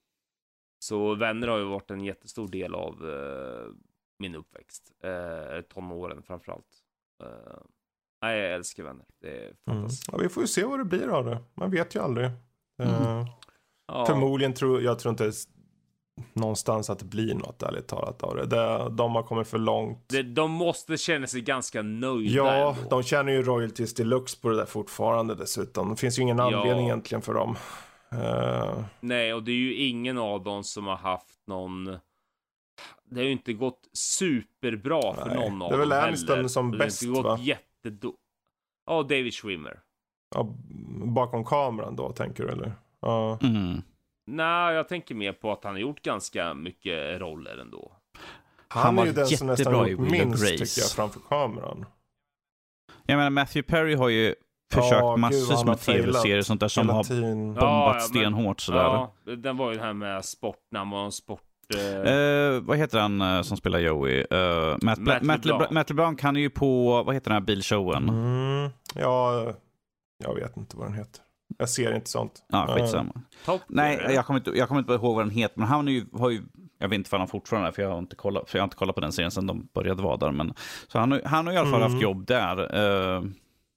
Så Vänner har ju varit en jättestor del av uh, min uppväxt. Uh, tonåren framförallt. Uh, nej, jag älskar Vänner. Det är fantastiskt. Mm. Ja, vi får ju se vad det blir av det. Man vet ju aldrig. Uh, mm. ja. Förmodligen tror jag tror inte någonstans att det blir något, ärligt talat, av det. det de har kommit för långt. Det, de måste känna sig ganska nöjda. Ja, ändå. De känner ju royalties deluxe på det där fortfarande dessutom. Det finns ju ingen anledning ja. egentligen för dem. Uh... Nej, och det är ju ingen av dem som har haft någon... Det har ju inte gått superbra för Nej. någon av dem. Det är väl Aniston som bäst, va? Det har inte gått jättedo... Ja, David Schwimmer. Ja, bakom kameran då, tänker du, eller? Ja. Uh... Mm. Nej, jag tänker mer på att han har gjort ganska mycket roller ändå. Han, han är ju den som nästan gjort minst, tycker jag, framför kameran. Jag menar, Matthew Perry har ju försökt ja, massor med tv-serier och sånt där som har bombat ja, ja, stenhårt sådär. Ja, den var ju det här med sport, när man sport... Eh... Uh, vad heter han uh, som spelar Joey? Uh, Matt, Matt, Matt, LeBlanc. Matt LeBlanc, han är ju på, vad heter den här bilshowen? Mm, ja, jag vet inte vad den heter. Jag ser inte sånt. Ja, skitsamma. Uh. Nej, jag kommer, inte, jag kommer inte ihåg vad den heter. Men han är ju, har ju... Jag vet inte för han fortfarande är, för jag har inte kollat, för jag har inte kollat på den serien sedan de började vara där. Men, så han, han har i alla fall mm. haft jobb där. Uh,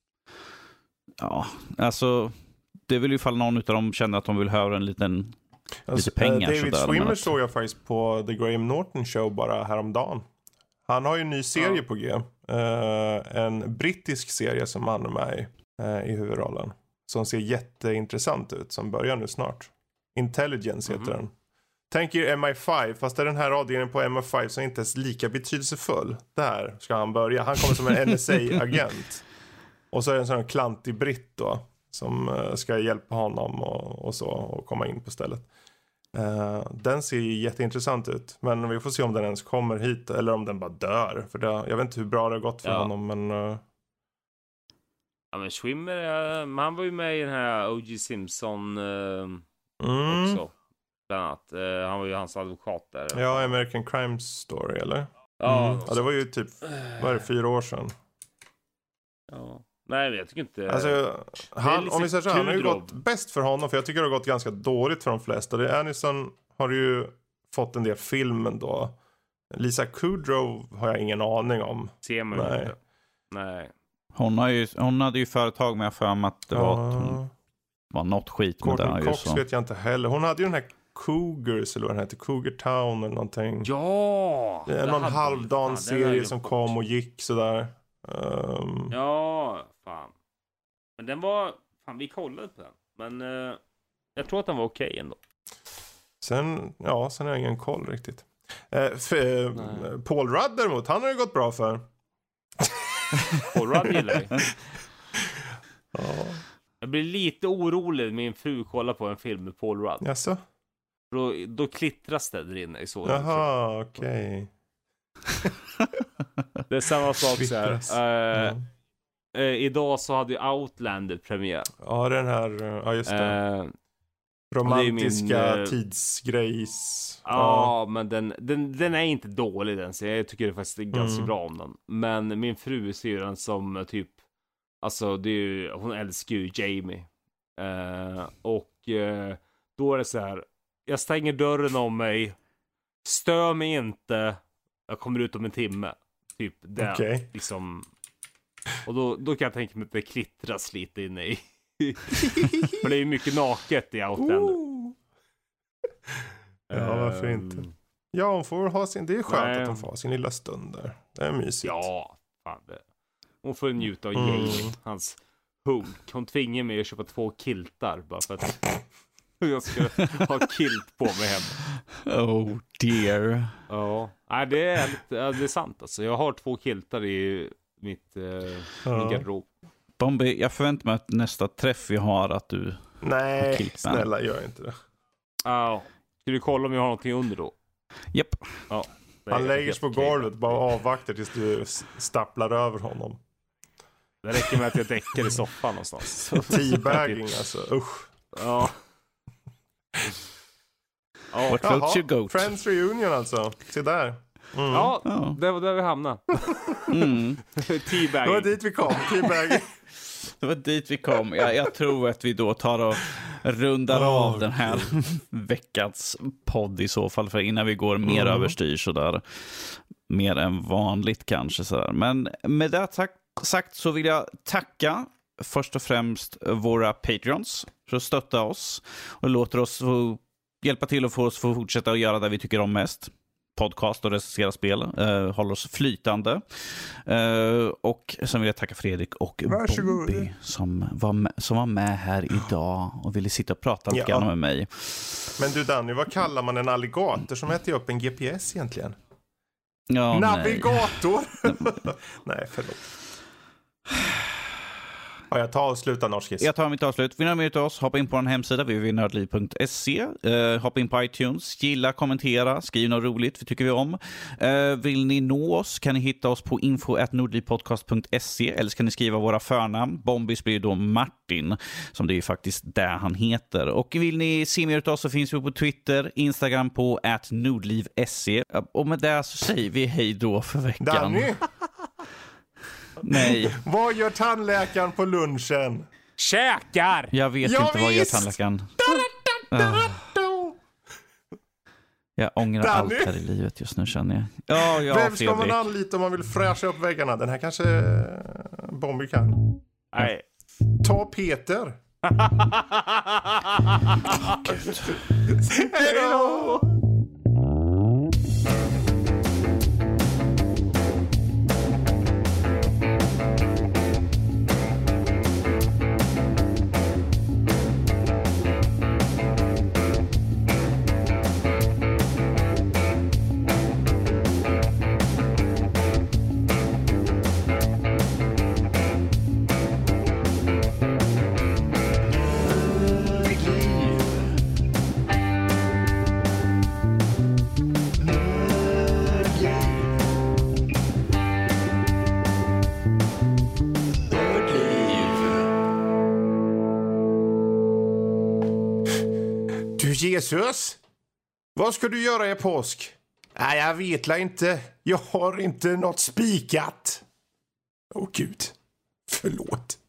ja, alltså... Det är väl ifall någon av dem känner att de vill höra en liten... Alltså, lite pengar. Uh, David Schwimmer såg jag faktiskt på The Graham Norton Show bara häromdagen. Han har ju en ny serie ja. på G. Uh, en brittisk serie som han är med i, uh, i huvudrollen. Som ser jätteintressant ut. Som börjar nu snart. Intelligence heter mm. den. Tänk er M I fem. Fast det är den här avdelningen på M I fem som inte är lika betydelsefull. Där ska han börja. Han kommer som en N S A-agent. Och så är det en sån här klantig britt då. Som uh, ska hjälpa honom och, och så. Och komma in på stället. Uh, den ser jätteintressant ut. Men vi får se om den ens kommer hit. Eller om den bara dör. För det, jag vet inte hur bra det har gått för ja. honom. Men... Uh, Ja, men Schwimmer, uh, han var ju med i den här O J Simpson uh, mm. också. Bland annat. Uh, han var ju hans advokat där. Ja, American Crime Story, eller? Ja. Mm. Ja, det var ju typ, vad är det, fyra år sedan. Ja. Nej, jag tycker inte... Alltså, han, om vi säger så, han har ju gått bäst för honom. För jag tycker det har gått ganska dåligt för de flesta. Det är Aniston har ju fått en del filmen då. Lisa Kudrow har jag ingen aning om. Ser man Nej. inte. Nej. Hon, har ju, hon hade ju företag med för mig att det var, uh, att hon var något skit med det. Cox så. vet jag inte heller. Hon hade ju den här Cougars, eller vad den heter, Cougar Town eller någonting. Ja! Det är någon halvdan serie som kom och gick sådär. Um, ja, fan. Men den var, fan vi kollade på den. Men uh, jag tror att den var okej okay ändå. Sen, ja, sen har jag ingen koll riktigt. Eh, f- eh, Paul Rudd däremot, han har ju gått bra för. Paul Rudd gillar jag. Ja. Jag blir lite orolig när min fru kollar på en film med Paul Rudd. Jaså? Då, då klittras det där inne i så. Jaha, okej. Det är samma sak så här. Klittras. Eh, Ja. eh, idag så hade ju Outlander premiär. Ja, den här, ja just det. Eh, Romantiska min, eh, tidsgrejs. Ja, men den, den, den är inte dålig den, så jag tycker det faktiskt är ganska Mm. bra om den. Men min fru ser den som typ, alltså det är ju, hon älskar ju Jamie. Eh, och eh, då är det så här, jag stänger dörren om mig, stör mig inte, jag kommer ut om en timme. Typ det, Okej. liksom. Och då, då kan jag tänka mig att det klittras lite inne i. För det är ju mycket naket i Outlander. Oh. Ja, varför Ehm, inte? Ja, hon får ha sin... Det är skönt Nej. att hon får ha sin lilla stund där. Det är mysigt. Ja, fan det. Hon får njuta av Mm. Jamie, hans hunk. Hon tvingar mig att köpa två kiltar bara för att jag ska ha kilt på mig hemma. Oh dear. Ja, nej, det är lite, ja, det är sant alltså. Jag har två kiltar i mitt eh, Ja. min garderob. Bombi, jag förväntar mig att nästa träff vi har att du... Nej, Kiltband. snälla gör inte det. Ja, ska du kolla om jag har någonting under då? Japp. Ja. det är Han lägger helt sig på okej. golvet bara avvaktar tills du s- stapplar över honom. Det räcker med att jag däckar i soffan någonstans. Teabagging alltså, usch. Ja. Ja, What floats your goat? Friends reunion alltså. Se där. Mm. ja, Ja. det var där vi hamnade. Mm. Det var Teabagging. dit vi kom, teabagging. Det var dit vi kom. Jag, jag tror att vi då tar och rundar Oh, av den här veckans podd i så fall. För innan vi går mer Mm. överstyr sådär. Mer än vanligt kanske sådär. Men med det tack, sagt så vill jag tacka först och främst våra Patreons för att stötta oss. Och låter oss få hjälpa till och få oss få fortsätta att göra det vi tycker om mest. Podcast och recensera spel. Uh, håller oss flytande. Uh, och sen vill jag tacka Fredrik och Varsågod. Bobby som var, med, som var med här idag och ville sitta och prata lite Ja. grann med mig. Men du Danny, vad kallar man en alligator som äter upp en G P S egentligen? Ja, nej. Navigator! Nej, förlåt. Ja, jag tar och slutar norskis. Jag tar mitt avslut. Vill ni ha mer av oss, hoppa in på vår hemsida w w w punkt nördliv punkt se. Uh, hoppa in på iTunes, gilla, kommentera, skriv något roligt, för tycker vi om. Uh, vill ni nå oss kan ni hitta oss på info at nordlivpodcast punkt se eller så kan ni skriva våra förnamn. Bombis blir då Martin, som det är ju faktiskt där han heter. Och vill ni se mer av oss så finns vi på Twitter, Instagram på at nordlivse. Och med det så säger vi hej då för veckan. Danny, Nej, vad gör tandläkaren på lunchen? Käkar! jag vet Ja, inte vad gör visst! tandläkaren. Uh. Jag ångrar Danny? allt här i livet just nu, känner jag. Ja, ja, Vem ska man Fredrik. anlita om man vill fräscha upp väggarna? Den här kanske eh, Bombi kan. Nej. Ta Peter. Gud. Hej då! Du Jesus, vad ska du göra i påsk? Nej, jag vet la inte. Jag har inte något spikat. Åh Gud, förlåt.